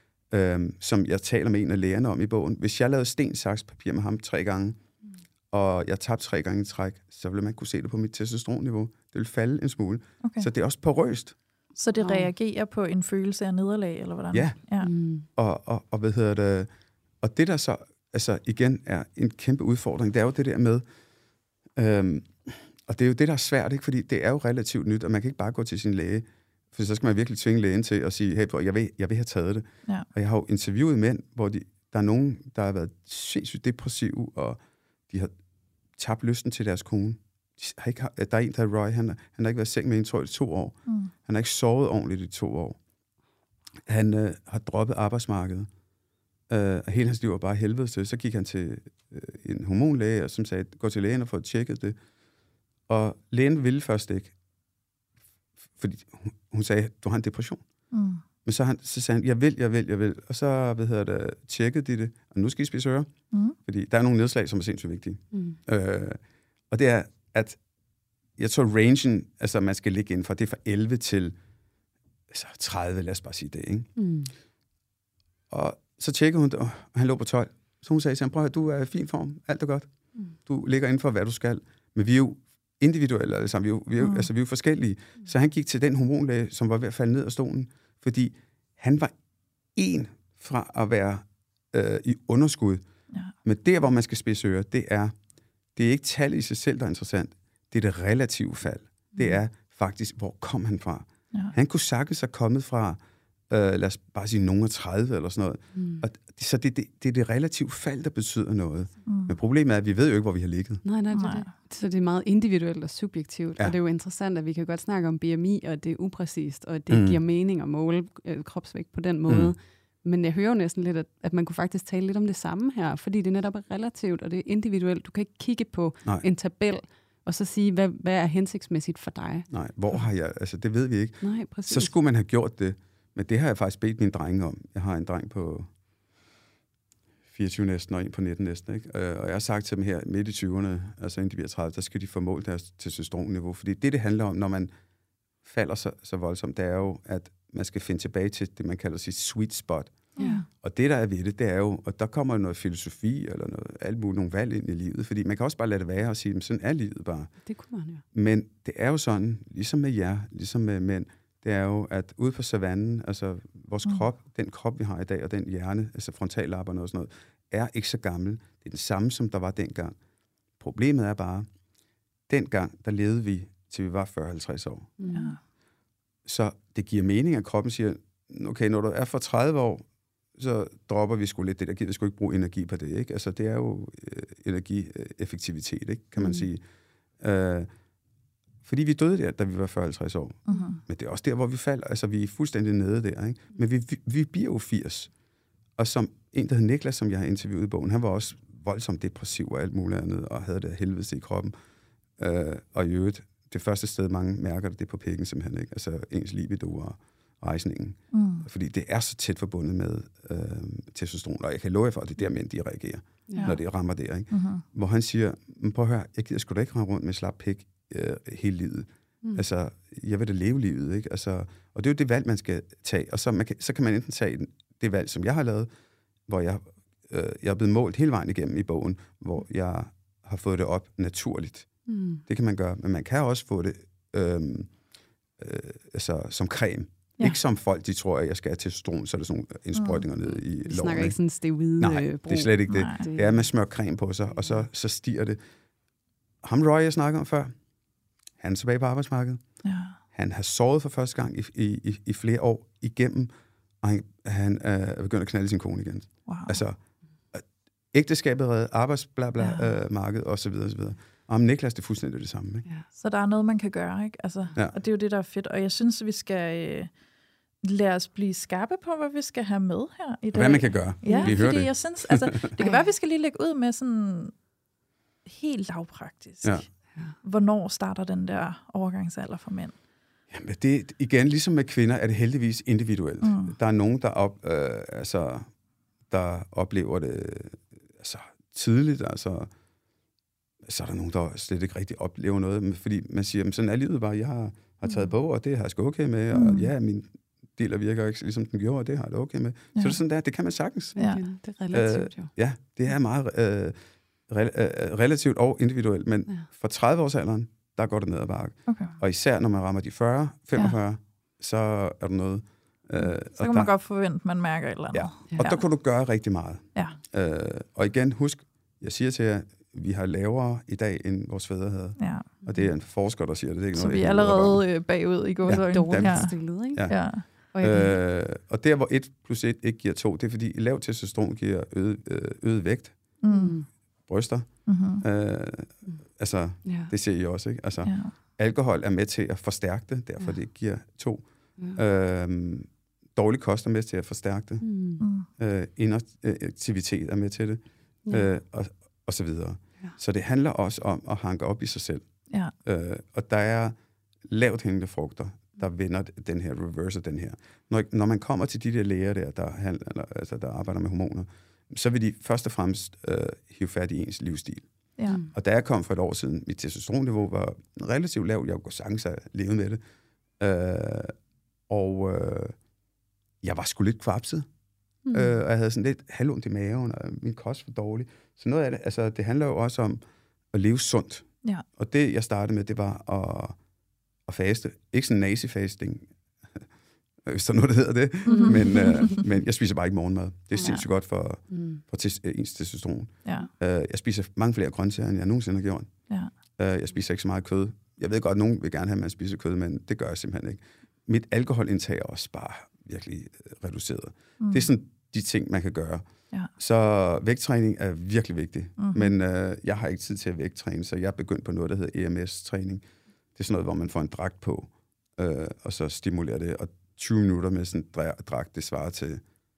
Øh, som jeg taler med en af lægerne om i bogen. Hvis jeg lavede sten, saks, papir med ham tre gange, mm. og jeg tabte tre gange i træk, så ville man ikke kunne se det på mit testosteronniveau. Det ville falde en smule. Okay. Så det er også porøst. Så det Wow. reagerer på en følelse af nederlag, eller hvordan? Ja. Ja. Mm. Og, og, og hvad hedder det? Og det der så, altså igen, er en kæmpe udfordring, det er jo det der med, øhm, og det er jo det, der er svært, ikke? Fordi det er jo relativt nyt, og man kan ikke bare gå til sin læge, for så skal man virkelig tvinge lægen til at sige, hey, jeg vil, jeg vil have taget det. Ja. Og jeg har jo interviewet mænd, hvor de, der er nogen, der har været sindssygt depressive, og de har tabt lysten til deres kone. De har ikke, der er en, der er Roy, han, han har ikke været i seng med en, tror jeg, i to år. Mm. Han har ikke sovet ordentligt i to år. Han øh, har droppet arbejdsmarkedet. Øh, og hele hans liv var bare helvede til. Så gik han til øh, en hormonlæge, som sagde, gå til lægen og få tjekket det. Og lægen ville først ikke. Fordi hun, hun sagde, du har en depression. Mm. Men så, han, så sagde han, jeg vil, jeg vil, jeg vil. Og så, hvad hedder det, tjekkede de det. Og nu skal I spise ører. Mm. Fordi der er nogle nedslag, som er sindssygt vigtige. Mm. Øh, og det er, at jeg tror, rangen, altså man skal ligge inden for, det er fra elleve til altså tredive, lad os bare sige det, ikke? Mm. Og så tjekkede hun det, og han lå på tolv. Så hun sagde til ham, prøv at du er i fin form, alt er godt. Mm. Du ligger inden for, hvad du skal. Men vi er jo individuelle, altså vi er jo, vi er jo, mm. altså, vi er jo forskellige. Mm. Så han gik til den hormonlæge, som var ved at falde ned af stolen, fordi han var en fra at være øh, i underskud. Ja. Men der, hvor man skal spidse ører, det er, det er ikke tal i sig selv, der er interessant. Det er det relative fald. Mm. Det er faktisk, hvor kom han fra? Ja. Han kunne sagtens have kommet fra, øh, lad os bare sige, nogen af tredive eller sådan noget. Mm. Og det, så det, det, det er det relative fald, der betyder noget. Mm. Men problemet er, at vi ved jo ikke, hvor vi har ligget. Nej, nej, det er det. Så det er meget individuelt og subjektivt. Ja. Og det er jo interessant, at vi kan godt snakke om B M I, og det er upræcist, og det mm. giver mening at måle øh, kropsvægt på den måde. Mm. Men jeg hører jo næsten lidt, at, at man kunne faktisk tale lidt om det samme her, fordi det netop er relativt, og det er individuelt. Du kan ikke kigge på nej. En tabel, og så sige, hvad, hvad er hensigtsmæssigt for dig? Nej, hvor har jeg, altså det ved vi ikke. Nej, præcis. Så skulle man have gjort det, men det har jeg faktisk bedt mine drenge om. Jeg har en dreng på fireogtyve næsten, og en på nitten næsten, ikke? Og jeg har sagt til dem her, midt i tyverne, altså inden de bliver tredive, der skal de få målt deres testosteronniveau, fordi det, det handler om, når man falder så, så voldsomt, det er jo, at man skal finde tilbage til det, man kalder sit sweet spot. Ja. Og det, der er ved det, det er jo, og der kommer noget filosofi, eller noget, alt muligt, nogle valg ind i livet, fordi man kan også bare lade det være og sige, sådan er livet bare. Det kunne man jo. Men det er jo sådan, ligesom med jer, ligesom med mænd, det er jo, at ude på savannen, altså vores mm. krop, den krop, vi har i dag, og den hjerne, altså frontallapperne og sådan noget, er ikke så gammel. Det er den samme, som der var dengang. Problemet er bare, dengang, der levede vi, til vi var fyrre til halvtreds år. Mm. Så det giver mening, at kroppen siger, okay, når du er for tredive år, så dropper vi sgu lidt det der, giver vi sgu ikke bruge energi på det, ikke? Altså, det er jo øh, energieffektivitet, ikke? Kan man mm. sige. Øh, fordi vi døde der, da vi var fyrre til halvtreds år. Uh-huh. Men det er også der, hvor vi falder. Altså, vi er fuldstændig nede der, ikke? Men vi, vi, vi bliver jo firs. Og som en, der hed Niklas, som jeg har interviewet i bogen, han var også voldsomt depressiv og alt muligt andet, og havde det helvedes i kroppen. Øh, og i øvrigt, det første sted, mange mærker det, det er på pikken simpelthen, ikke? Altså, ens libido og rejsningen. Mm. Fordi det er så tæt forbundet med øh, testosteron, og jeg kan love jer for, at det er der mænd, de reagerer, ja. Når det rammer der, ikke? Uh-huh. Hvor han siger, prøv at høre, jeg gider sgu da ikke rende rundt med slap pik øh, hele livet. Mm. Altså, jeg vil da leve livet, ikke? Altså, og det er jo det valg, man skal tage, og så, man kan, så kan man enten tage det valg, som jeg har lavet, hvor jeg, øh, jeg er blevet målt hele vejen igennem i bogen, hvor jeg har fået det op naturligt. Mm. Det kan man gøre, men man kan også få det øh, øh, altså, som creme. Ja. Ikke som folk, de tror, at jeg skal have testosteron, så er der sådan nogle indsprøjtninger mm. ned i lårene. Vi snakker ikke sådan steroide. Nej, det er slet ikke det. Nej. Det er, at man smører creme på sig, og så, så stiger det. Ham Roy, jeg snakkede om før, han er tilbage på arbejdsmarkedet. Ja. Han har sovet for første gang i, i, i flere år igennem, og han, han er begyndt at knalde sin kone igen. Wow. Altså, ægteskabet reddet, arbejdsblabla, ja. øh, marked, og så videre, og så videre. Og om Niklas, det er fuldstændig det samme. Ikke? Ja. Så der er noget, man kan gøre, ikke? Altså, ja. Og det er jo det, der er fedt. Og jeg synes, at vi skal øh, lade os blive skarpe på, hvad vi skal have med her i dag. Hvad man kan gøre. Ja, vi fordi det. Jeg synes, altså, det kan være, at vi skal lige lægge ud med sådan helt lavpraktisk. Ja. Hvornår starter den der overgangsalder for mænd? Jamen, det, igen, ligesom med kvinder, er det heldigvis individuelt. Mm. Der er nogen, der, op, øh, altså, der oplever det altså, tidligt, altså så er der nogen, der slet ikke rigtig oplever noget, fordi man siger, sådan er livet bare, jeg har, har taget på, og det har jeg sgu okay med, og mm. ja, min deler virker ikke ligesom den gjorde, og det har jeg da okay med. Ja. Så det er sådan der, det kan man sagtens. Ja, det er relativt jo. Øh, ja, det er meget øh, re, øh, relativt og individuelt, men ja. For tredive-årsalderen, der går det ned ad bakke. Okay. Og især når man rammer de fyrre, femogfyrre, ja. Så er der noget. Øh, så kan man der, godt forvente, at man mærker et eller andet. Ja. Ja. Og der kunne du gøre rigtig meget. Ja. Øh, og igen, husk, jeg siger til jer, vi har lavere i dag, end vores fædre havde. Ja. Og det er en forsker, der siger det. Det er ikke så noget, vi er allerede bagud i gåsøjne. Ja, dårligt ja. Stillet, ikke? Ja. Ja. Øh, og der, hvor et plus et ikke giver to, det er fordi, lav testosteron giver øget, øget vægt, mm. bryster. Mm-hmm. Øh, altså, ja. Det ser I også, ikke? Altså, ja. Alkohol er med til at forstærke det, derfor ja. Det giver to. Ja. Øhm, dårlig kost er med til at forstærke det. Mm. Øh, inaktivitet er med til det. Ja. Øh, og, og så videre. Ja. Så det handler også om at hanke op i sig selv. Ja. Øh, og der er lavt hængende frugter, der vender den her, reverser den her. Når, når man kommer til de der læger der, der, handler, altså, der arbejder med hormoner, så vil de først og fremmest øh, hive fat i ens livsstil. Ja. Og da jeg kom for et år siden, mit testosteronniveau var relativt lavt. Jeg kunne sagtens have levet med det. Øh, og øh, jeg var sgu lidt kvapset. Mm. Øh, og jeg havde sådan lidt halvondt i maven, og min kost var dårlig. Så noget af det, altså det handler jo også om at leve sundt. Ja. Og det, jeg startede med, det var at, at faste. Ikke sådan nazi-fasting, hvis der er noget, der hedder det. Mm-hmm. Men, øh, men jeg spiser bare ikke morgenmad. Det er Ja. sindssygt godt for, Mm. for tes, ens testosteron. Ja. Øh, jeg spiser mange flere grøntsager, end jeg nogensinde har gjort. Ja. Øh, jeg spiser ikke så meget kød. Jeg ved godt, at nogen vil gerne have, at man spiser kød, men det gør jeg simpelthen ikke. Mit alkoholindtag er også bare virkelig øh, reduceret. Mm. Det er sådan de ting, man kan gøre. Ja. Så vægttræning er virkelig vigtig. Mm-hmm. Men øh, jeg har ikke tid til at vægttræne, så jeg er begyndt på noget, der hedder E M S-træning. Det er sådan noget, hvor man får en dragt på, øh, og så stimulerer det. Og tyve minutter med sådan en dragt, det svarer til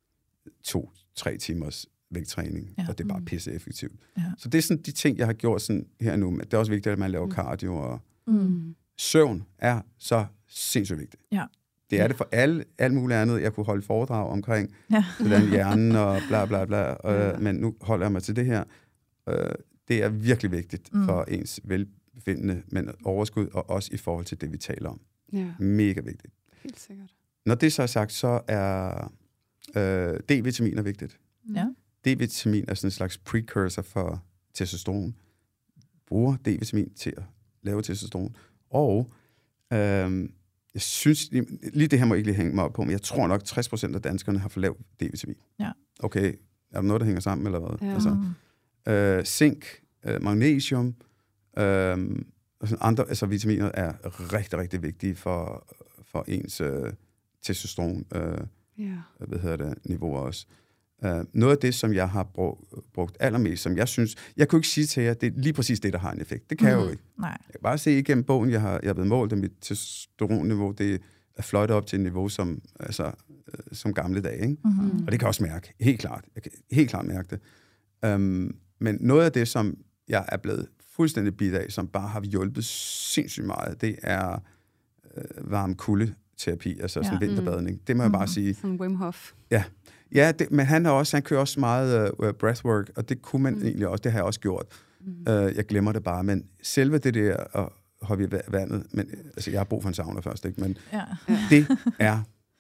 to-tre timers vægttræning, Ja. og det er bare pisse effektivt. Ja. Så det er sådan de ting, jeg har gjort sådan her nu. Det er også vigtigt, at man laver cardio, og Mm. søvn er så sindssygt vigtigt. Ja. Det er det for alle, alt muligt andet. Jeg kunne holde foredrag omkring, Ja. hvordan hjernen og bla bla bla, Ja. øh, men nu holder jeg mig til det her. Øh, det er virkelig vigtigt Mm. for ens velbefindende, men overskud, og også i forhold til det, vi taler om. Ja, Mega vigtigt. helt sikkert. Når det så er sagt, så er øh, D-vitamin er vigtigt. Ja. D-vitamin er sådan en slags precursor for testosteron. Bruger D-vitamin til at lave testosteron. Og øh, jeg synes, lige det her må jeg ikke lige hænge mig op på, men jeg tror nok, tres procent af danskerne har for lav D-vitamin. Ja. Okay, er der noget, der hænger sammen, eller hvad? Ja. Altså, øh, zink, øh, magnesium, øh, og sådan andre altså vitaminer er rigtig, rigtig vigtige for, for ens øh, testosteron øh, Ja. hvad hedder det, niveau også. Uh, noget af det, som jeg har brugt, brugt allermest, som jeg synes, jeg kunne ikke sige til jer, det er lige præcis det, der har en effekt. Det kan mm. jeg jo ikke. Nej. Jeg kan bare se igennem bogen, jeg har, jeg har blevet målt, at mit testosteronniveau, det er fløjtet op til et niveau, som, altså, uh, som gamle dage. Ikke? Mm-hmm. Og det kan jeg også mærke, helt klart. Jeg kan helt klart mærke det. Um, men noget af det, som jeg er blevet fuldstændig bidt af, som bare har hjulpet sindssygt meget, det er uh, varm kuldeterapi, altså Ja. sådan vinterbadning. Det må jeg bare Mhm. sige. Sådan Wim Hof. Ja, ja det, men han, er også, han kører også meget uh, breathwork, og det kunne man Mm. mm. egentlig også, det har jeg også gjort. Mm. Uh, jeg glemmer det bare, men selve det der at hoppe i va- vandet, men, altså jeg har brug for en sauna først, ikke? Men Ja. det er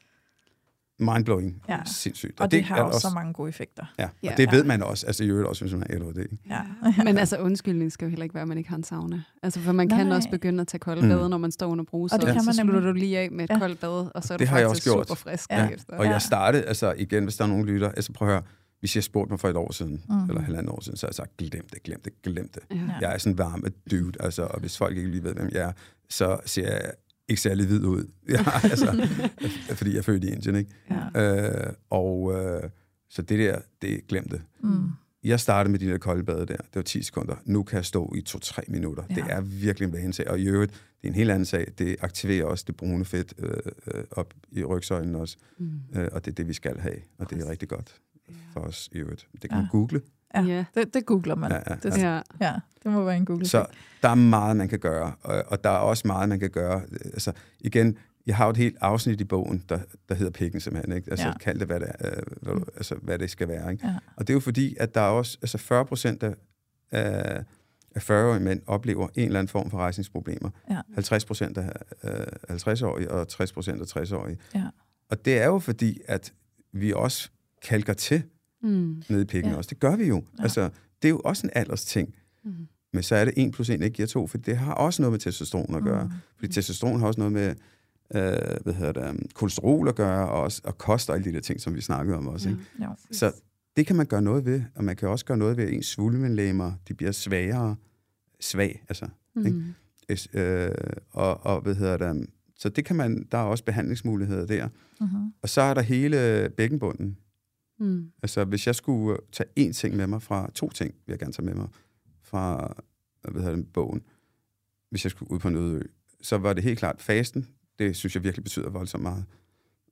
mindblowing, Ja. sindssygt. Og det er har også så mange gode effekter. Ja, Ja. og det ved man også, altså i øvrigt også, hvis man har A D H D. ikke? Ja. Men altså, undskyldning skal jo heller ikke være, at man ikke har en sauna. Altså, for man Nej. kan også begynde at tage kolde Mm. bade, når man står under bruser. Og det Og kan så man slutter nemlig. du lige af med et Ja. koldt bad, og så er Det du har jeg faktisk også gjort. super frisk Ja. efter. Og Ja. jeg startede, altså igen, hvis der er nogen lytter, altså prøv at høre, hvis jeg spurgte mig for et år siden, Mhm. mm. eller halvandet år siden, så har jeg sagt, glem det, glem det, glem det. Ja. Jeg er sådan en varme dude, altså, og hvis folk ikke lige ved, hvem jeg er, så ser jeg ikke særlig hvid ud. Ja, altså, fordi jeg er født i Indien, ikke? Ja. Øh, og øh, så det der, det glemte. Mm. Jeg startede med de der kolde bade der, det var ti sekunder. Nu kan jeg stå i to-tre minutter. Ja. Det er virkelig en vanesag. Og i øvrigt, det er en helt anden sag. Det aktiverer også det brune fedt øh, øh, op i rygsøjlen også. Mm. Øh, og det er det, vi skal have. Og det er rigtig godt for os i øvrigt. Det kan Ja. man google. Ja, Ja. det, det googler man. Ja, ja, Det, Ja. ja, det må være en google. Så der er meget, man kan gøre, og, og der er også meget, man kan gøre. Altså, igen, jeg har jo et helt afsnit i bogen, der, der hedder pikken simpelthen, ikke? Altså, Ja. ja. kald det, hvad det, er, øh, hvad, du- altså, hvad det skal være, ikke? Ja. Og det er jo fordi, at der er også, altså fyrre procent af, af, af fyrre-årige mænd oplever en eller anden form for rejsningsproblemer. Ja. halvtreds procent af øh, halvtreds-årige og tres procent af tres-årige. Ja. Og det er jo fordi, at vi også kalker til Mm. nede i pikken Ja. også. Det gør vi jo. Ja. Altså, det er jo også en alders ting. Mm. Men så er det en plus en ikke giver to, for det har også noget med testosteron at gøre. Mm. Fordi testosteron har også noget med øh, hvad hedder det, um, kolesterol at gøre, og, også, og kost og alle de der ting, som vi snakkede om også. Ja. Ikke? Ja. Så det kan man gøre noget ved, og man kan også gøre noget ved, at ens svulmelemmer, de bliver svagere, svag, altså. Ikke? Mm. Es- Øh, og, og hvad hedder det, um, så det kan man, der er også behandlingsmuligheder der. Mm-hmm. Og så er der hele bækkenbunden. Mm. Altså, hvis jeg skulle tage én ting med mig fra, to ting vil jeg gerne tage med mig fra, hvad hedder det, bogen, hvis jeg skulle ud på en øde ø, så var det helt klart fasten. Det synes jeg virkelig betyder voldsomt meget.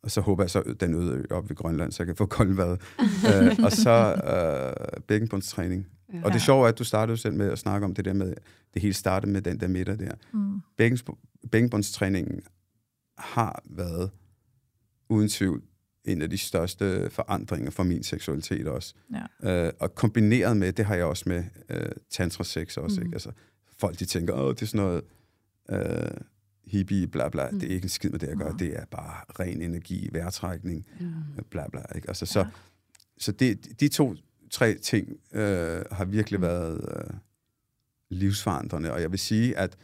og så håber jeg så, den øde ø op ved Grønland, så jeg kan få koldt vand. øh, og så øh, bækkenbundstræning. Ja. Og det sjove er, at du startede selv med at snakke om det der med, det hele startede med den der midter der. Mm. Bækkenbundstræningen har været uden tvivl en af de største forandringer for min seksualitet også. Ja. Øh, og kombineret med, det har jeg også med øh, tantra-sex også. Mm. Ikke? Altså, folk de tænker, åh, det er sådan noget øh, hippie, bla bla. Mm. Det er ikke en skid med det at gøre. Mm. Det er bare ren energi, vejrtrækning, mm. bla bla. Ikke? Altså, så Ja. så det, de to, tre ting øh, har virkelig mm. været øh, livsforandrende. Og jeg vil sige, at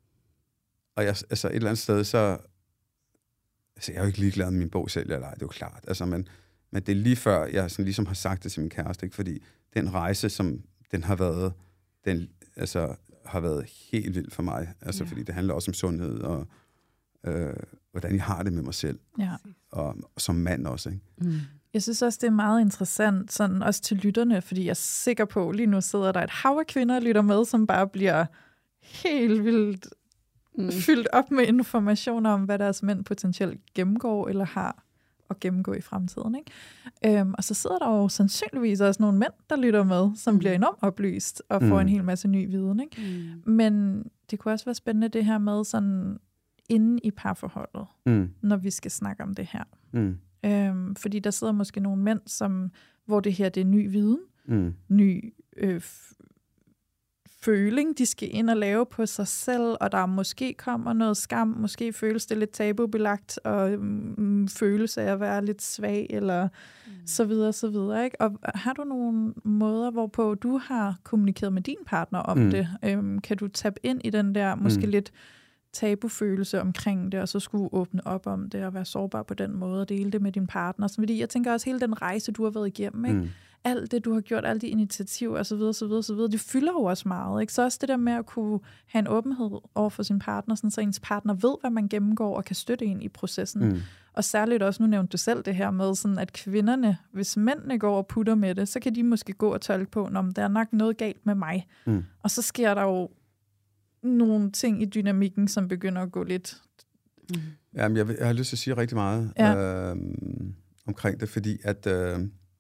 og jeg, altså et eller andet sted, så altså, jeg er jo ikke ligeglad med min bog selv, eller ej, det er jo klart. Altså, men, men det er lige før, jeg sådan ligesom har sagt det til min kæreste, ikke? Fordi den rejse, som den har været, den altså, har været helt vild for mig. Altså, ja. Fordi det handler også om sundhed, og øh, hvordan jeg har det med mig selv. Ja. Og, og som mand også, ikke? Mm. Jeg synes også, det er meget interessant, sådan også til lytterne, fordi jeg er sikker på, lige nu sidder der et hav af kvinder og lytter med, som bare bliver helt vildt mm. fyldt op med informationer om, hvad deres mænd potentielt gennemgår eller har at gennemgå i fremtiden. Ikke? Øhm, og så sidder der jo sandsynligvis også nogle mænd, der lytter med, som mm. bliver enormt oplyst og får mm. en hel masse ny viden. Ikke? Mm. Men det kunne også være spændende det her med sådan inde i parforholdet, mm. når vi skal snakke om det her. Mm. Øhm, fordi der sidder måske nogle mænd, som, hvor det her det er ny viden, mm. ny øh, f- føling, de skal ind og lave på sig selv, og der måske kommer noget skam, måske føles det lidt tabubelagt, og mm, følelse af at være lidt svag, eller mm. så videre, så videre. Ikke? Og har du nogle måder, hvorpå du har kommunikeret med din partner om mm. det? Øhm, kan du tabe ind i den der måske mm. lidt tabufølelse omkring det, og så skulle åbne op om det, og være sårbar på den måde, og dele det med din partner. Så, fordi jeg tænker også, hele den rejse, du har været igennem, ikke? Mm. alt det, du har gjort, alle de initiativer, og så videre, så videre, så videre, det fylder jo også meget. Ikke? Så også det der med at kunne have en åbenhed over for sin partner, sådan, så ens partner ved, hvad man gennemgår, og kan støtte en i processen. Mm. Og særligt også, nu nævnte du selv det her med, sådan at kvinderne, hvis mændene går og putter med det, så kan de måske gå og tolke på, om der er nok noget galt med mig. Mm. Og så sker der jo nogle ting i dynamikken, som begynder at gå lidt... Mm. Jamen, jeg, jeg har lyst til at sige rigtig meget ja. øh, omkring det, fordi at... Øh,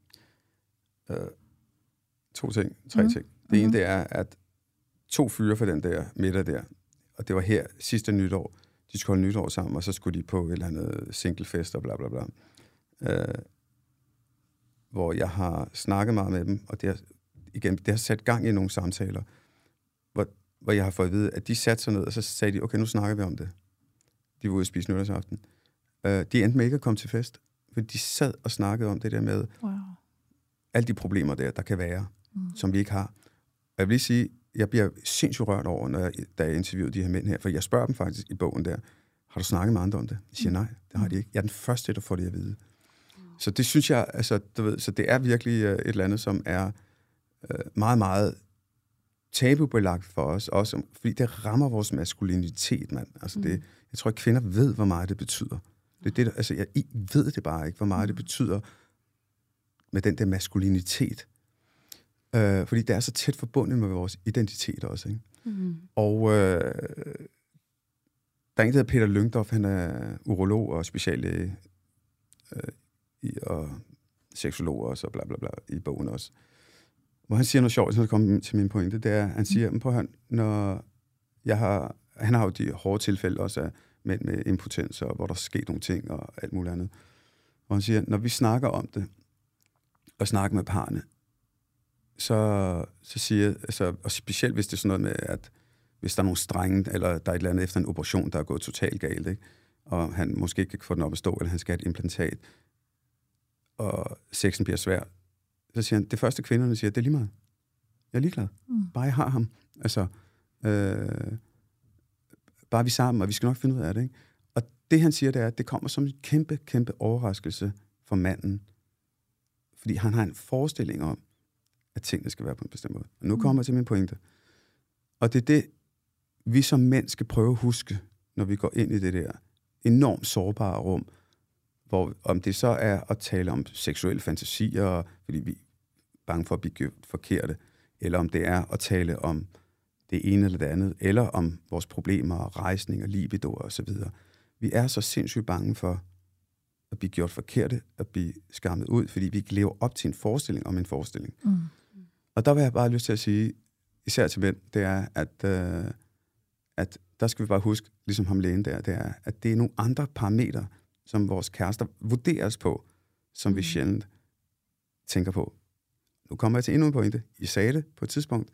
øh, to ting, tre mm. ting. Det mm-hmm. ene, det er, at to fyre for den der middag der, og det var her sidste nytår, de skulle holde nytår sammen, og så skulle de på et eller andet singlefest og bla bla bla. Øh, hvor jeg har snakket meget med dem, og det har, igen, det har sat gang i nogle samtaler, hvor, hvor jeg har fået at vide, at de satte sig ned, og så sagde de, okay, nu snakker vi om det. De var ude at spise nytårsaften. Øh, de endte med ikke at komme til fest, for de sad og snakkede om det der med wow. alle de problemer der, der kan være, mm. som vi ikke har. Og jeg vil lige sige, jeg bliver sindssygt rørt over, når jeg, da jeg interviewede de her mænd her, for jeg spørger dem faktisk i bogen der, har du snakket med andre om det? Jeg siger nej, det har de ikke. Jeg er den første, der får det at vide. Mm. Så det synes jeg, altså, du ved, så det er virkelig uh, et eller andet, som er uh, meget, meget tabubelagt for os, også, fordi det rammer vores maskulinitet, mand. Altså mm. det, jeg tror, at kvinder ved, hvor meget det betyder. Det er det, der, altså, jeg I ved det bare ikke, hvor meget mm. det betyder med den der maskulinitet. Uh, fordi det er så tæt forbundet med vores identitet også, ikke? Mm. Og uh, der er en, der hedder Peter Lyngdorf, han er urolog og speciallæge uh, i, og seksolog også, og bla bla bla, i bogen også. Hvor han siger noget sjovt, så det kommer til min pointe, det er, han siger, mm. på han, når jeg har, han har jo de hårde tilfælde også af mænd med impotens, og hvor der sker nogle ting, og alt muligt andet. Og han siger, når vi snakker om det, og snakker med parne, så, så siger altså, og specielt hvis det er sådan noget med, at hvis der er nogle strenge, eller der er et eller andet efter en operation, der er gået totalt galt, ikke? Og han måske ikke kan få den op at stå, eller han skal have et implantat, og sexen bliver svær, så siger han, det første kvinderne siger, det er lige meget. Jeg er ligeglad. Mm. Bare jeg har ham. Altså, øh, bare vi sammen, og vi skal nok finde ud af det, ikke? Og det han siger, det er, at det kommer som en kæmpe, kæmpe overraskelse for manden, fordi han har en forestilling om, at tingene skal være på en bestemt måde. Og nu kommer jeg til min pointe. Og det er det, vi som mænd skal prøve at huske, når vi går ind i det der enormt sårbare rum, hvor om det så er at tale om seksuelle fantasier, fordi vi er bange for at blive forkerte, eller om det er at tale om det ene eller det andet, eller om vores problemer, rejsning og libido og så videre. Vi er så sindssygt bange for at blive gjort forkerte, at blive skammet ud, fordi vi ikke lever op til en forestilling om en forestilling. Mm. Og der vil jeg bare lyst til at sige, især til mænd, det er, at, øh, at der skal vi bare huske, ligesom ham lægen der, det er, at det er nogle andre parametre, som vores kærester vurderes på, som mm. vi sjældent tænker på. Nu kommer jeg til endnu en pointe. I sagde det på et tidspunkt.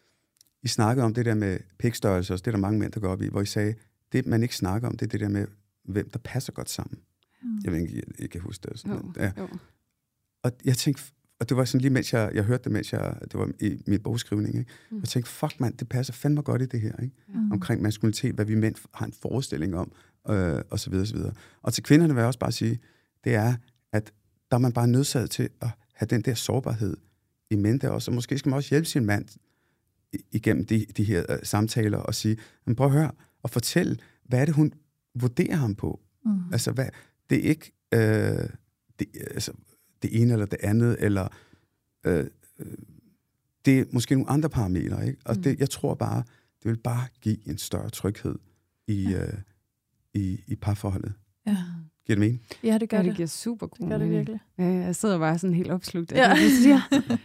I snakkede om det der med pikstørrelse, og det er der mange mænd, der går op i, hvor I sagde, det man ikke snakker om, det er det der med, hvem der passer godt sammen. Mm. Jeg ved ikke, jeg, jeg kan huske det. Sådan, jo, ja. jo. Og jeg tænkte, og det var sådan lige, mens jeg, jeg hørte det, mens jeg, det var i min bogskrivning, ikke? Mm. Jeg tænkte, fuck mand, det passer fandme godt i det her, ikke? Mm. Omkring maskulinitet, hvad vi mænd har en forestilling om, øh, og så videre, så videre. Og til kvinderne vil jeg også bare sige, det er, at der er man bare nødsaget til at have den der sårbarhed i mente også, og måske skal man også hjælpe sin mand igennem de, de her uh, samtaler og sige, men prøv at høre, og fortælle, hvad er det, hun vurderer ham på? Mm. Altså, hvad, det er ikke øh, det, altså, det ene eller det andet, eller øh, det er måske nogle andre parametre, ikke? Og mm. det, jeg tror bare, det vil bare give en større tryghed i, ja. øh, i, i parforholdet. Ja. Giver det mening? Ja, det gør ja, det. det giver super god det gør det virkelig. Ja, jeg sidder bare sådan helt opslugt af ja. det, du siger.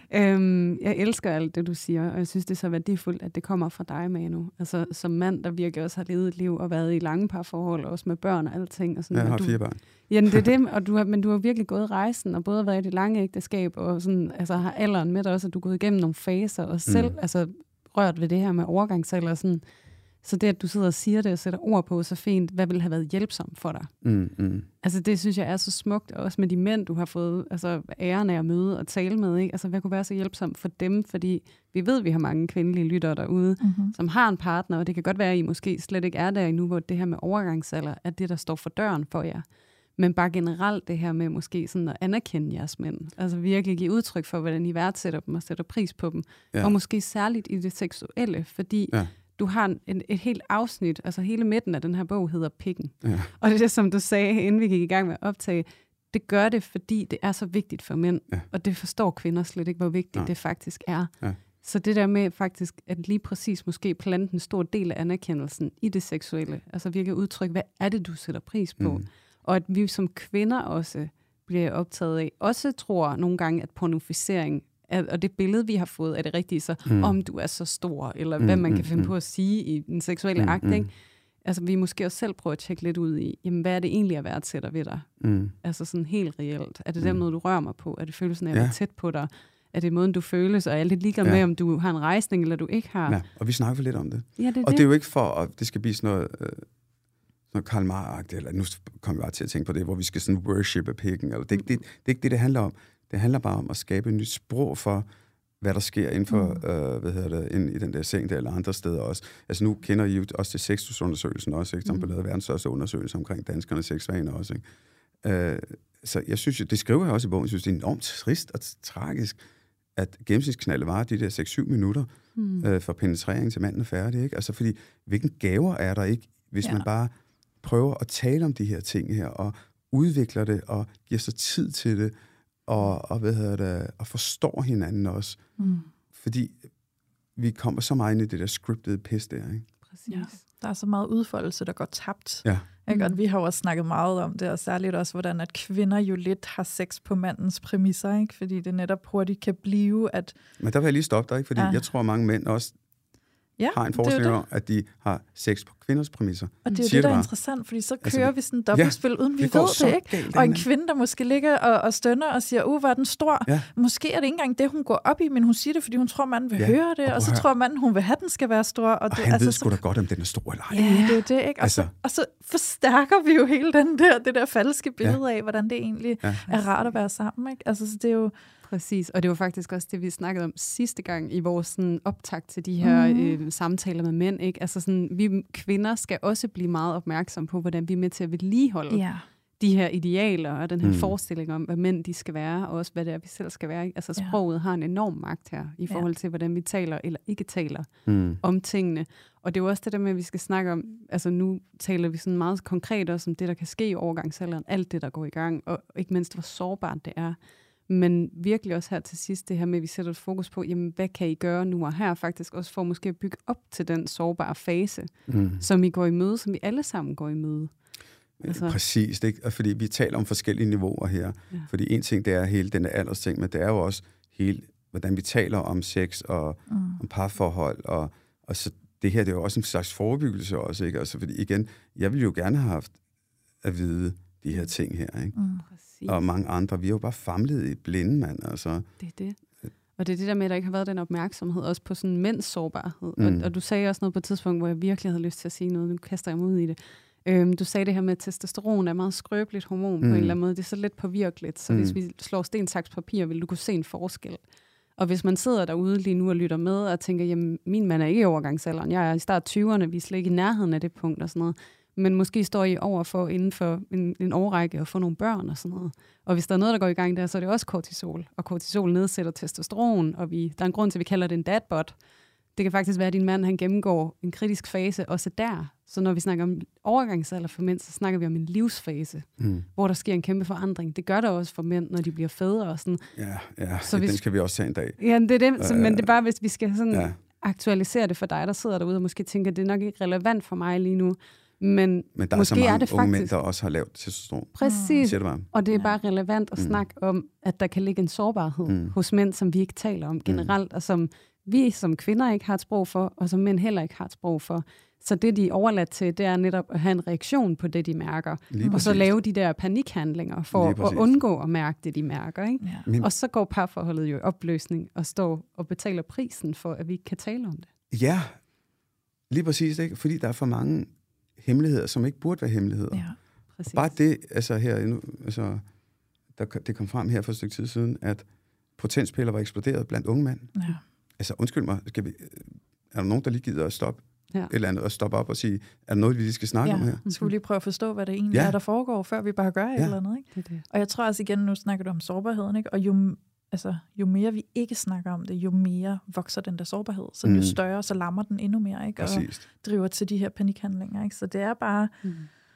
øhm, jeg elsker alt det, du siger, og jeg synes, det er så værdifuldt, at det kommer fra dig, Manu. Altså, som mand, der virkelig også har levet et liv og været i lange parforhold, også med børn og alting. Og sådan, ja, jeg har du, fire børn. Ja, det er det, og du har, men du har virkelig gået rejsen, og både været i det lange ægteskab, og sådan, altså, har alderen med dig også, at du er gået igennem nogle faser, og selv mm. altså, rørt ved det her med overgangsalder, sådan. Så det, at du sidder og siger det og sætter ord på så fint, hvad ville have været hjælpsomt for dig? Mm, mm. Altså det synes jeg er så smukt, og også med de mænd, du har fået altså, æren af at møde og tale med. Ikke? Altså hvad kunne være så hjælpsomt for dem? Fordi vi ved, at vi har mange kvindelige lyttere derude, mm-hmm. som har en partner, og det kan godt være, at I måske slet ikke er der endnu, hvor det her med overgangsalder er det, der står for døren for jer. Men bare generelt det her med måske sådan at anerkende jeres mænd. Altså virkelig give udtryk for, hvordan I værdsætter dem og sætter pris på dem. Ja. Og måske særligt i det seksuelle, fordi... Ja. Du har en, et helt afsnit, altså hele midten af den her bog hedder Pikken. Ja. Og det er det, som du sagde, inden vi gik i gang med at optage, det gør det, fordi det er så vigtigt for mænd. Ja. Og det forstår kvinder slet ikke, hvor vigtigt ja. det faktisk er. Ja. Så det der med faktisk, at lige præcis måske plante en stor del af anerkendelsen i det seksuelle, altså virkelig udtryk, hvad er det, du sætter pris på? Mm. Og at vi som kvinder også bliver optaget af, også tror nogle gange, at pornoficering og det billede, vi har fået, er det rigtigt så, mm. om du er så stor, eller mm, hvad man kan finde mm, på at sige i den seksuelle mm, akt, ikke? Mm. Altså, vi måske også selv prøver at tjekke lidt ud i, jamen, hvad er det egentlig at værdsætter ved dig? Mm. Altså sådan helt reelt. Er det den måde, du rører mig på? Er det følelsen af at være tæt på dig? Er det måden, du føles? Og er jeg lidt ligeglad ja. med, om du har en rejsning, eller du ikke har? Ja, og vi snakker for lidt om det. Ja, det er og det. det er jo ikke for, at det skal blive sådan noget... Øh noget Karl Marx, eller nu kommer vi bare til at tænke på det, hvor vi skal sådan worship af pikken. Eller det, det, det, det er ikke det, det handler om. Det handler bare om at skabe et nyt sprog for, hvad der sker inden for, mm. øh, hvad hedder det, ind i den der seng der, eller andre steder også. Altså nu kender I jo også til sexusundersøgelsen også, ikke? Som mm. blev lavet verdens største undersøgelse omkring danskernes sexvaner også, ikke? Øh, så jeg synes jo, det skriver jeg også i bogen, jeg synes, det er enormt trist og tragisk, at gennemsnitsknaldet var de der seks syv minutter mm. øh, for penetrering til manden er færdig, ikke? Altså fordi, hvilken gaver er der ikke, hvis ja. man bare prøver at tale om de her ting her, og udvikler det, og giver sig tid til det, og, og, hvad hedder det, og forstår hinanden også. Mm. Fordi vi kommer så meget ind i det der scriptede pis der, ikke? Præcis. Ja. Der er så meget udfoldelse, der går tabt. Ja. Ikke? Og vi har jo også snakket meget om det, og særligt også, hvordan at kvinder jo lidt har sex på mandens præmisser, ikke? Fordi det netop hurtigt kan blive, at... Men der vil jeg lige stoppe dig, ikke? Fordi ja. jeg tror, mange mænd også ja, har en forestilling om, at de har sex på kvinders præmisser. Og det er jo det, der er interessant, fordi så kører altså, vi sådan en dobbeltspil, ja, uden vi ved det, ikke? Galt, og en kvinde, der måske ligger og, og stønner og siger, uh, hvor er den stor. Ja. Måske er det ikke engang det, hun går op i, men hun siger det, fordi hun tror, manden vil ja. høre det, og, og så tror manden, hun vil have, den skal være stor. Og, og det, han altså, ved sgu da godt, om den er stor eller ej. Ja, det er det, ikke? Og, altså, så, og så forstærker vi jo hele den der, det der falske billede ja. af, hvordan det egentlig ja. er rart at være sammen, ikke? Altså, så det er jo... Præcis, og det var faktisk også det, vi snakkede om sidste gang i vores sådan, optakt til de her mm. øh, samtaler med mænd. Ikke? Altså sådan, vi kvinder skal også blive meget opmærksomme på, hvordan vi er med til at vedligeholde yeah. de her idealer og den her mm. forestilling om, hvad mænd de skal være, og også hvad det er, vi selv skal være. Ikke? Altså sproget yeah. har en enorm magt her, i forhold til, hvordan vi taler eller ikke taler mm. om tingene. Og det er jo også det der med, at vi skal snakke om, altså nu taler vi sådan meget konkret også om det, der kan ske i overgangsalderen, alt det, der går i gang, og ikke mindst, hvor sårbart det er. Men virkelig også her til sidst, det her med, at vi sætter et fokus på, jamen, hvad kan I gøre nu og her, faktisk også for måske at bygge op til den sårbare fase, mm. som I går i møde, som vi alle sammen går i møde. Altså. Præcis, ikke? Fordi vi taler om forskellige niveauer her. Ja. Fordi en ting, det er hele den alders ting, men det er jo også hele, hvordan vi taler om sex og mm. om parforhold. Og, og så det her, det er jo også en slags forebyggelse også, ikke? Altså, fordi igen, jeg ville jo gerne have haft at vide de her ting her, ikke? Mm. Og mange andre. Vi er jo bare famlet i blinde, mand. Altså. Det er det. Og det er det der med, at der ikke har været den opmærksomhed, også på sådan mænds sårbarhed. Mm. Og, og du sagde også noget på et tidspunkt, hvor jeg virkelig havde lyst til at sige noget. Nu kaster jeg mig ud i det. Øhm, du sagde det her med, at testosteron er meget skrøbeligt hormon mm. på en eller anden måde. Det er så lidt påvirkeligt. Så mm. hvis vi slår sten, saks, papir, vil du kunne se en forskel. Og hvis man sidder derude lige nu og lytter med og tænker, jamen, min mand er ikke i overgangsalderen. Jeg er i start tyverne, vi er slet ikke i nærheden af det punkt og sådan noget. Men måske står I over for inden for en, en årrække at få nogle børn og sådan noget. Og hvis der er noget, der går i gang der, så er det også kortisol. Og kortisol nedsætter testosteron, og vi, der er en grund til, at vi kalder det en dadbot. Det kan faktisk være, at din mand han gennemgår en kritisk fase også der. Så når vi snakker om overgangsalder for mænd, så snakker vi om en livsfase, mm. hvor der sker en kæmpe forandring. Det gør der også for mænd, når de bliver fædre og sådan. Ja, ja. Så hvis, den skal vi også tage en dag. Ja, det er det. Så, men det er bare, hvis vi skal sådan ja. aktualisere det for dig, der sidder derude og måske tænker, at det er nok ikke relevant for mig lige nu. Men, men der måske er så mange er det unge faktisk... mænd, der også har lavet testosteron. Præcis, det bare. Og det er bare relevant at snakke mm. om, at der kan ligge en sårbarhed mm. hos mænd, som vi ikke taler om generelt, mm. og som vi som kvinder ikke har et sprog for, og som mænd heller ikke har et sprog for. Så det, de er overladt til, det er netop at have en reaktion på det, de mærker. Og så lave de der panikhandlinger for at undgå at mærke det, de mærker. Ikke? Ja. Og så går parforholdet jo i opløsning og står og betaler prisen for, at vi ikke kan tale om det. Ja, lige præcis. Ikke? Fordi der er for mange hemmeligheder, som ikke burde være hemmeligheder. Ja, præcis. Bare det, altså her, nu, altså, der, det kom frem her for et stykke tid siden, at potenspiller var eksploderet blandt unge mænd. Ja. Altså, undskyld mig, skal vi, er der nogen, der lige gider at stoppe? Ja. Eller andet, at stoppe op og sige, er der noget, vi lige skal snakke ja. om her? Skal vi lige prøve at forstå, hvad det egentlig ja. er, der foregår, før vi bare gør et ja. eller andet, ikke? Det det. Og jeg tror også igen, nu snakker du om sårbarheden, ikke? Og jo, altså, jo mere vi ikke snakker om det, jo mere vokser den der sårbarhed. Så mm. jo større, så lammer den endnu mere, ikke? Og præcis. Driver til de her panikhandlinger, ikke? Så det er bare mm.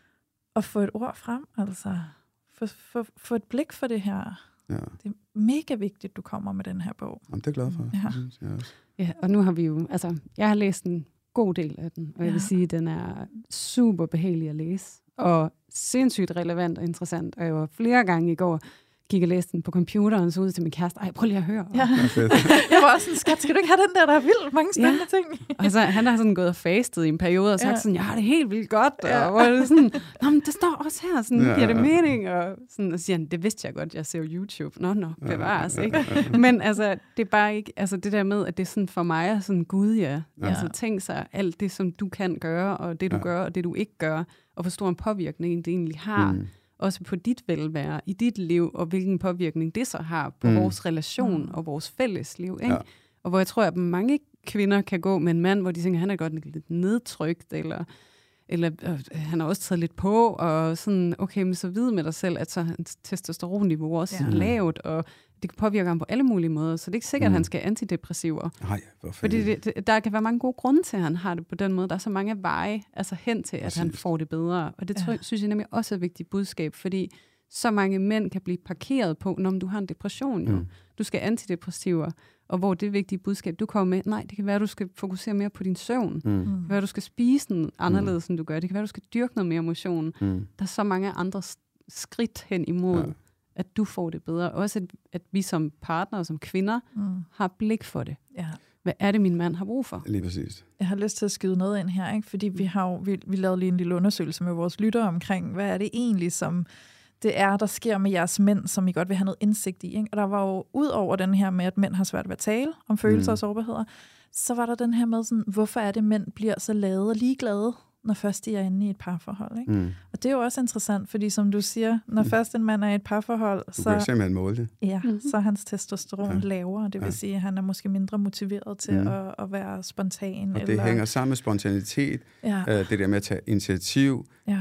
at få et ord frem, altså få, få, få et blik for det her. Ja. Det er mega vigtigt, du kommer med den her bog. Jamen, det er glad for. Ja. Jeg også. Ja, og nu har vi jo, altså, jeg har læst en god del af den, og jeg ja. vil sige, at den er super behagelig at læse, og sindssygt relevant og interessant, og jeg var flere gange i går, gik og læste den på computeren, så ud til min kæreste, ej, prøv lige at høre. Ja. Jeg var også sådan, skat, skal du ikke have den der, der er vildt mange spændende ja. ting? Og så han har sådan gået og fastet i en periode, og sagt ja. sådan, jeg har det helt vildt godt, ja. og det sådan, nå, men det står også her, sådan, ja. giver det mening, og sådan, og siger han, det vidste jeg godt, jeg ser jo YouTube. Nå, nå, bevares, ikke? Men altså, det er bare ikke, altså det der med, at det er sådan for mig, er sådan, gud ja, ja. altså tænk sig, alt det, som du kan gøre, og det du ja. gør, og det du ikke gør, og hvor stor en påvirkning det egentlig har, mm. også på dit velvære, i dit liv, og hvilken påvirkning det så har på mm. vores relation mm. og vores fælles liv. Ikke? Ja. Og hvor jeg tror, at mange kvinder kan gå med en mand, hvor de tænker, han er godt lidt nedtrykt, eller, eller øh, han har også taget lidt på, og sådan, okay, men så vid med dig selv, at så hans testosteronniveau også ja. er lavt, og det kan påvirke ham på alle mulige måder, så det er ikke sikkert, mm. at han skal have antidepressiver. Nej, hvorfor? Fordi det, det, der kan være mange gode grunde til, at han har det på den måde. Der er så mange veje altså hen til, at Præcis. han får det bedre. Og det ja. tror, synes jeg nemlig også er et vigtigt budskab, fordi så mange mænd kan blive parkeret på, når du har en depression. Jo. Mm. Du skal antidepressiver, og hvor det vigtige budskab, du kommer med, nej, det kan være, at du skal fokusere mere på din søvn. Mm. Det kan være, at du skal spise den anderledes, mm. end du gør. Det kan være, at du skal dyrke noget mere motion. Mm. Der er så mange andre skridt hen imod, ja. at du får det bedre. Også at, at vi som partnere, som kvinder, mm. har blik for det. Ja. Hvad er det, min mand har brug for? Lige præcis. Jeg har lyst til at skyde noget ind her, ikke? Fordi vi har jo, vi, vi lavede lige en lille undersøgelse med vores lyttere omkring, hvad er det egentlig, som det er, der sker med jeres mænd, som I godt vil have noget indsigt i. Ikke? Og der var jo, ud over den her med, at mænd har svært ved at tale om følelser mm. og sårbarheder, så var der den her med, sådan, hvorfor er det, mænd bliver så lade og ligeglade, når først de er inde i et parforhold. Ikke? Mm. Og det er jo også interessant, fordi som du siger, når mm. først en mand er i et parforhold, du så, kan simpelthen måle det. Ja, mm-hmm. så er hans testosteron ja. lavere. Det vil ja. sige, at han er måske mindre motiveret til mm. at, at være spontan. Og det eller... hænger sammen med spontanitet, ja. øh, det der med at tage initiativ, ja.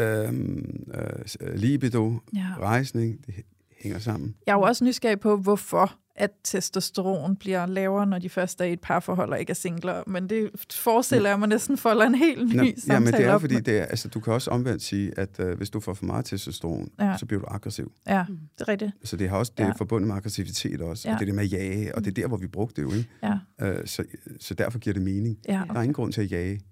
øhm, øh, libido, ja. rejsning, det hænger sammen. Jeg er jo også nysgerrig på, hvorfor at testosteron bliver lavere, når de først er i et parforhold og ikke er singler. Men det forestiller jeg mig næsten folder en helt ny Nå, samtale Ja, men det er op. fordi, det er, altså, du kan også omvendt sige, at øh, hvis du får for meget testosteron, ja. så bliver du aggressiv. Ja, det er rigtigt. Så det, har også, det er ja. forbundet med aggressivitet også, ja. og det er det med at jage, og det er der, hvor vi brugte det jo. Ikke? Ja. Øh, så, så derfor giver det mening. Ja, okay. Der er ingen grund til at jage. Nej.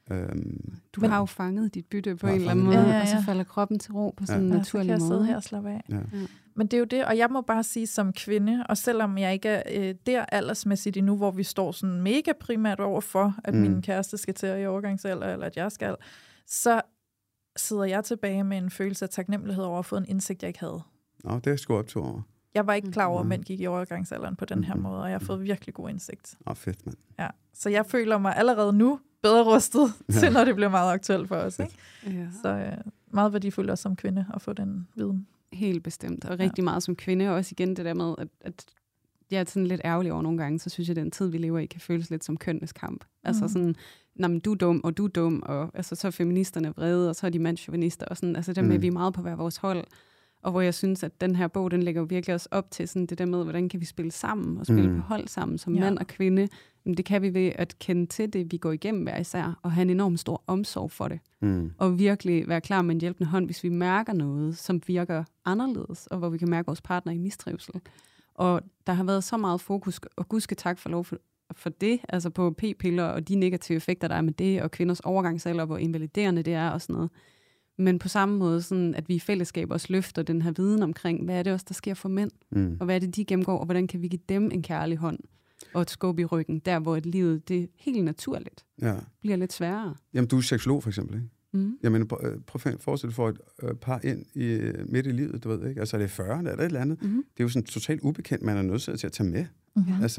Øhm, Du Men- har jo fanget dit bytte på Ja, en eller anden fanget måde, det. Ja, ja, og så ja. falder kroppen til ro på sådan Ja. en Ja, så kan naturlig jeg sidde måde. her og slappe af. ja. Men det er jo det, og jeg må bare sige som kvinde, og selvom jeg ikke er øh, der aldersmæssigt endnu, hvor vi står sådan mega primært over for, at Mm. mm. min kæreste skal til i overgangsalder, eller at jeg skal, så sidder jeg tilbage med en følelse af taknemmelighed over at få en indsigt, jeg ikke havde. Nå, det er sgu op til over. Jeg var ikke klar over, at Mhm. mænd gik i overgangsalderen på den her Mhm. måde, og jeg har fået virkelig god indsigt. Åh, fedt, mand. Ja. Så jeg føler mig allerede nu bedre rustet til, når det bliver meget aktuelt for os. Ikke? Ja. Så øh, meget værdifuldt også som kvinde at få den viden. Helt bestemt, og rigtig meget som kvinde. Og også igen det der med, at, at jeg er sådan lidt ærgerlig over nogle gange, så synes jeg, at den tid, vi lever i, kan føles lidt som kønnes kamp. Altså Mm. sådan, nej, men du er dum, og du er dum, og altså, så er feministerne vrede, og så er de mandschauvinister, og sådan, altså der med, Mm. at vi er meget på hver vores hold. Og hvor jeg synes, at den her bog, den lægger jo virkelig også op til sådan det der med, hvordan kan vi spille sammen, og spille Mm. på hold sammen, som Ja. mand og kvinde. Men det kan vi ved at kende til det, vi går igennem hver især, og have en enorm stor omsorg for det. Mm. Og virkelig være klar med en hjælpende hånd, hvis vi mærker noget, som virker anderledes, og hvor vi kan mærke vores partner i mistrivsel. Og der har været så meget fokus, og gudske tak for lov for, for det, altså på p-piller og de negative effekter, der er med det, og kvinders overgangsalder, hvor invaliderende det er og sådan noget. Men på samme måde, sådan, at vi i fællesskab også løfter den her viden omkring, hvad er det også, der sker for mænd, Mm. og hvad er det, de gennemgår, og hvordan kan vi give dem en kærlig hånd og et skub i ryggen, der hvor et livet, det helt naturligt Ja. bliver lidt sværere. Jamen, du er seksolog, for eksempel, ikke? Mm. Jeg mener, prøv prøv at forestille dig for et øh, par ind i, øh, midt i livet, du ved ikke? Altså, er det fyrrerne eller et eller andet? Mm-hmm. Det er jo sådan totalt ubekendt, man er nødt til at tage med. Mm-hmm. Altså,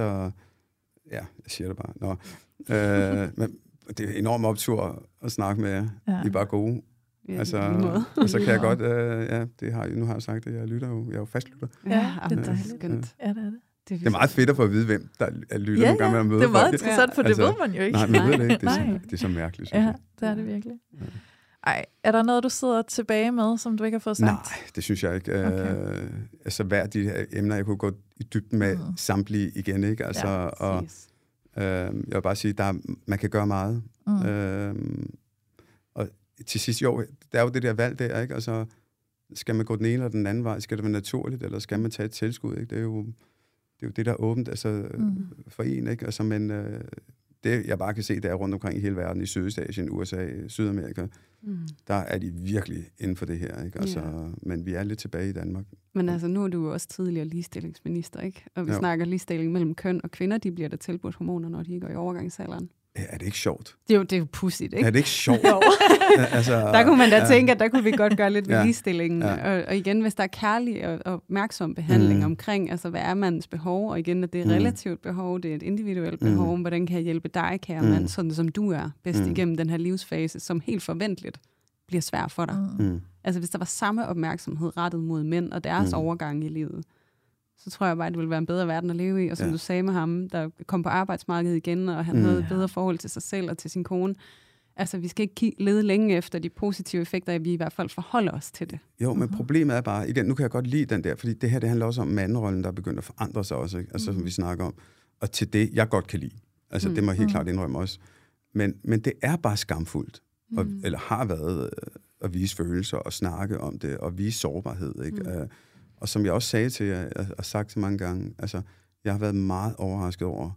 ja, jeg siger det bare. Nå. Øh, men det er enormt optur at snakke med jer. Ja. I er bare gode. Ja, Altså, i lige måde. og så kan jeg Lige godt, øh, ja, det har jeg, nu har jeg sagt det, jeg lytter jo, jeg er jo fastlytter. Ja, det er det dejligt. skønt. Ja, det er det. Det er meget fedt at få at vide, hvem der er lytter Ja, nogle gange, ja, man møder det er meget folk. interessant, for det Altså, ved man jo ikke. Nej, man ved det ikke. Det er, Nej. så, det er så mærkeligt, synes Ja, jeg. det er det virkelig. Ej, er der noget, du sidder tilbage med, som du ikke har fået sagt? Nej, det synes jeg ikke. Okay. Øh, altså, hver af de her emner, jeg kunne gå i dybden med Mm. samtlige igen, ikke? Altså, Ja, og Præcis. øh, jeg vil bare sige, der er, man kan gøre meget. Mm. Øh, og til sidst, jo, der er jo det der valg der, ikke? Altså, skal man gå den ene eller den anden vej? Skal det være naturligt, eller skal man tage et tilskud, ikke? Det er jo det, er jo det der er åbent altså, Mm. for en, ikke? Altså, men øh, det, jeg bare kan se, der er rundt omkring i hele verden, i Sydøstasien, U S A, Sydamerika, Mm. der er de virkelig inden for det her, ikke? Altså, Ja. men vi er lidt tilbage i Danmark. Men altså, nu er du jo også tidligere ligestillingsminister, ikke? Og vi Jo. snakker ligestilling mellem køn og kvinder, de bliver der tilbudt hormoner, når de går i overgangsalderen. Ja, er det ikke sjovt? Det er jo, det er jo pudsigt, ikke? Er det ikke sjovt? Jo. altså, Der kunne man da ja. tænke, at der kunne vi godt gøre lidt ved Ja. ligestillingen. Ja. Og, og igen, hvis der er kærlig og, og opmærksom behandling Mm. omkring, altså hvad er mandens behov, og igen, at det er Mm. relativt behov, det er et individuelt Mm. behov, hvordan kan jeg hjælpe dig, kære Mm. mand, sådan som du er, bedst Mm. igennem den her livsfase, som helt forventeligt bliver svær for dig. Mm. Mm. Altså hvis der var samme opmærksomhed rettet mod mænd og deres Mm. overgang i livet, så tror jeg bare, at det ville være en bedre verden at leve i. Og som Ja. du sagde med ham, der kom på arbejdsmarkedet igen, og han Mm. havde et bedre forhold til sig selv og til sin kone. Altså vi skal ikke ki- lede længe efter de positive effekter, at vi i hvert fald forholder os til det. Jo, men Mhm. problemet er bare, igen, nu kan jeg godt lide den der, fordi det her, det handler også om manderollen, der er begyndt at forandre sig også, ikke? Altså, Mhm. som vi snakker om. Og til det, jeg godt kan lide. Altså, Mm. det må jeg helt Mm. klart indrømme også. Men, men det er bare skamfuldt, og, Mm. eller har været, øh, at vise følelser og snakke om det, og vise sårbarhed, ikke? Mm. Øh, og som jeg også sagde til jer, og, og sagt til mange gange, altså, jeg har været meget overrasket over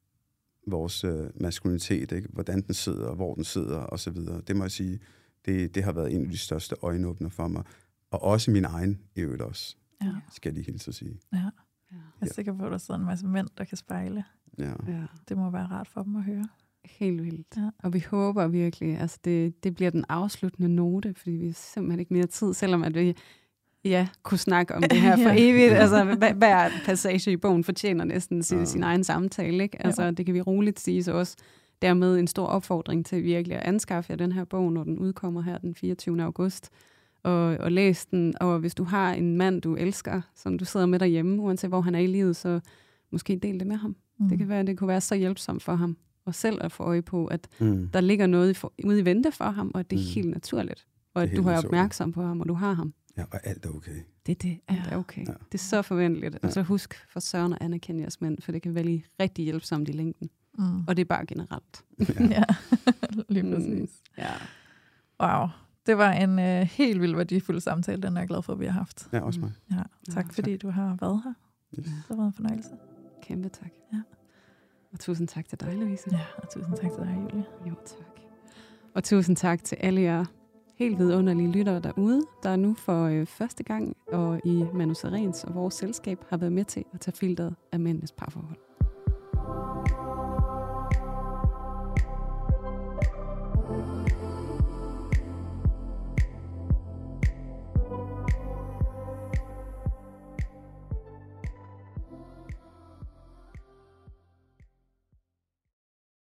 vores øh, maskulinitet, ikke? Hvordan den sidder, hvor den sidder, og så videre. Det må jeg sige, det, det har været en af de største øjenåbner for mig. Og også min egen i øvrigt også, Ja. skal jeg lige hilse at sige. Ja. Ja. Jeg er sikker på, at der sidder en masse mænd, der kan spejle. Ja. Ja. Det må være rart for dem at høre. Helt vildt. Ja. Og vi håber virkelig, altså det, det bliver den afsluttende note, fordi vi har simpelthen ikke mere tid, selvom at vi ja, kunne snakke om det her for Ja. evigt. Altså hver, hver passage i bogen fortjener næsten sin, Ja. sin egen samtale. Ikke? Altså, det kan vi roligt sige, så også dermed en stor opfordring til virkelig at anskaffe jer den her bog, når den udkommer her den fireogtyvende august. Og, og læs den, og hvis du har en mand, du elsker, som du sidder med derhjemme, uanset hvor han er i livet, så måske del det med ham. Mm. Det kan være, det kunne være så hjælpsomt for ham, og selv at få øje på, at Mm. der ligger noget i for, ude i vente for ham, og at det er Mm. helt naturligt. Og at Det er du helt er naturligt. opmærksom på ham, og du har ham. Ja, og alt er okay. Det er det. Alt Ja. er okay. Ja. Det er så forventeligt. Ja. Og så husk for søren at anerkende jeres mænd, for det kan være rigtig hjælpsomt i længden. Mm. Og det er bare generelt. Ja, lige Mm. præcis. Ja. Wow. Det var en øh, helt vildt værdifuld samtale, den er jeg glad for, at vi har haft. Ja, også mig. Ja, tak Ja, fordi du har været her. Yes. Det har været en fornøjelse. Kæmpe tak. Ja. Og tusind tak til dig, Louise. Ja, og tusind tak til dig, Julie. Jo, tak. Og tusind tak til alle jer helt vidunderlige lyttere derude, der nu for øh, første gang og i Manu Sarens og vores selskab har været med til at tage filteret af mændenes parforhold.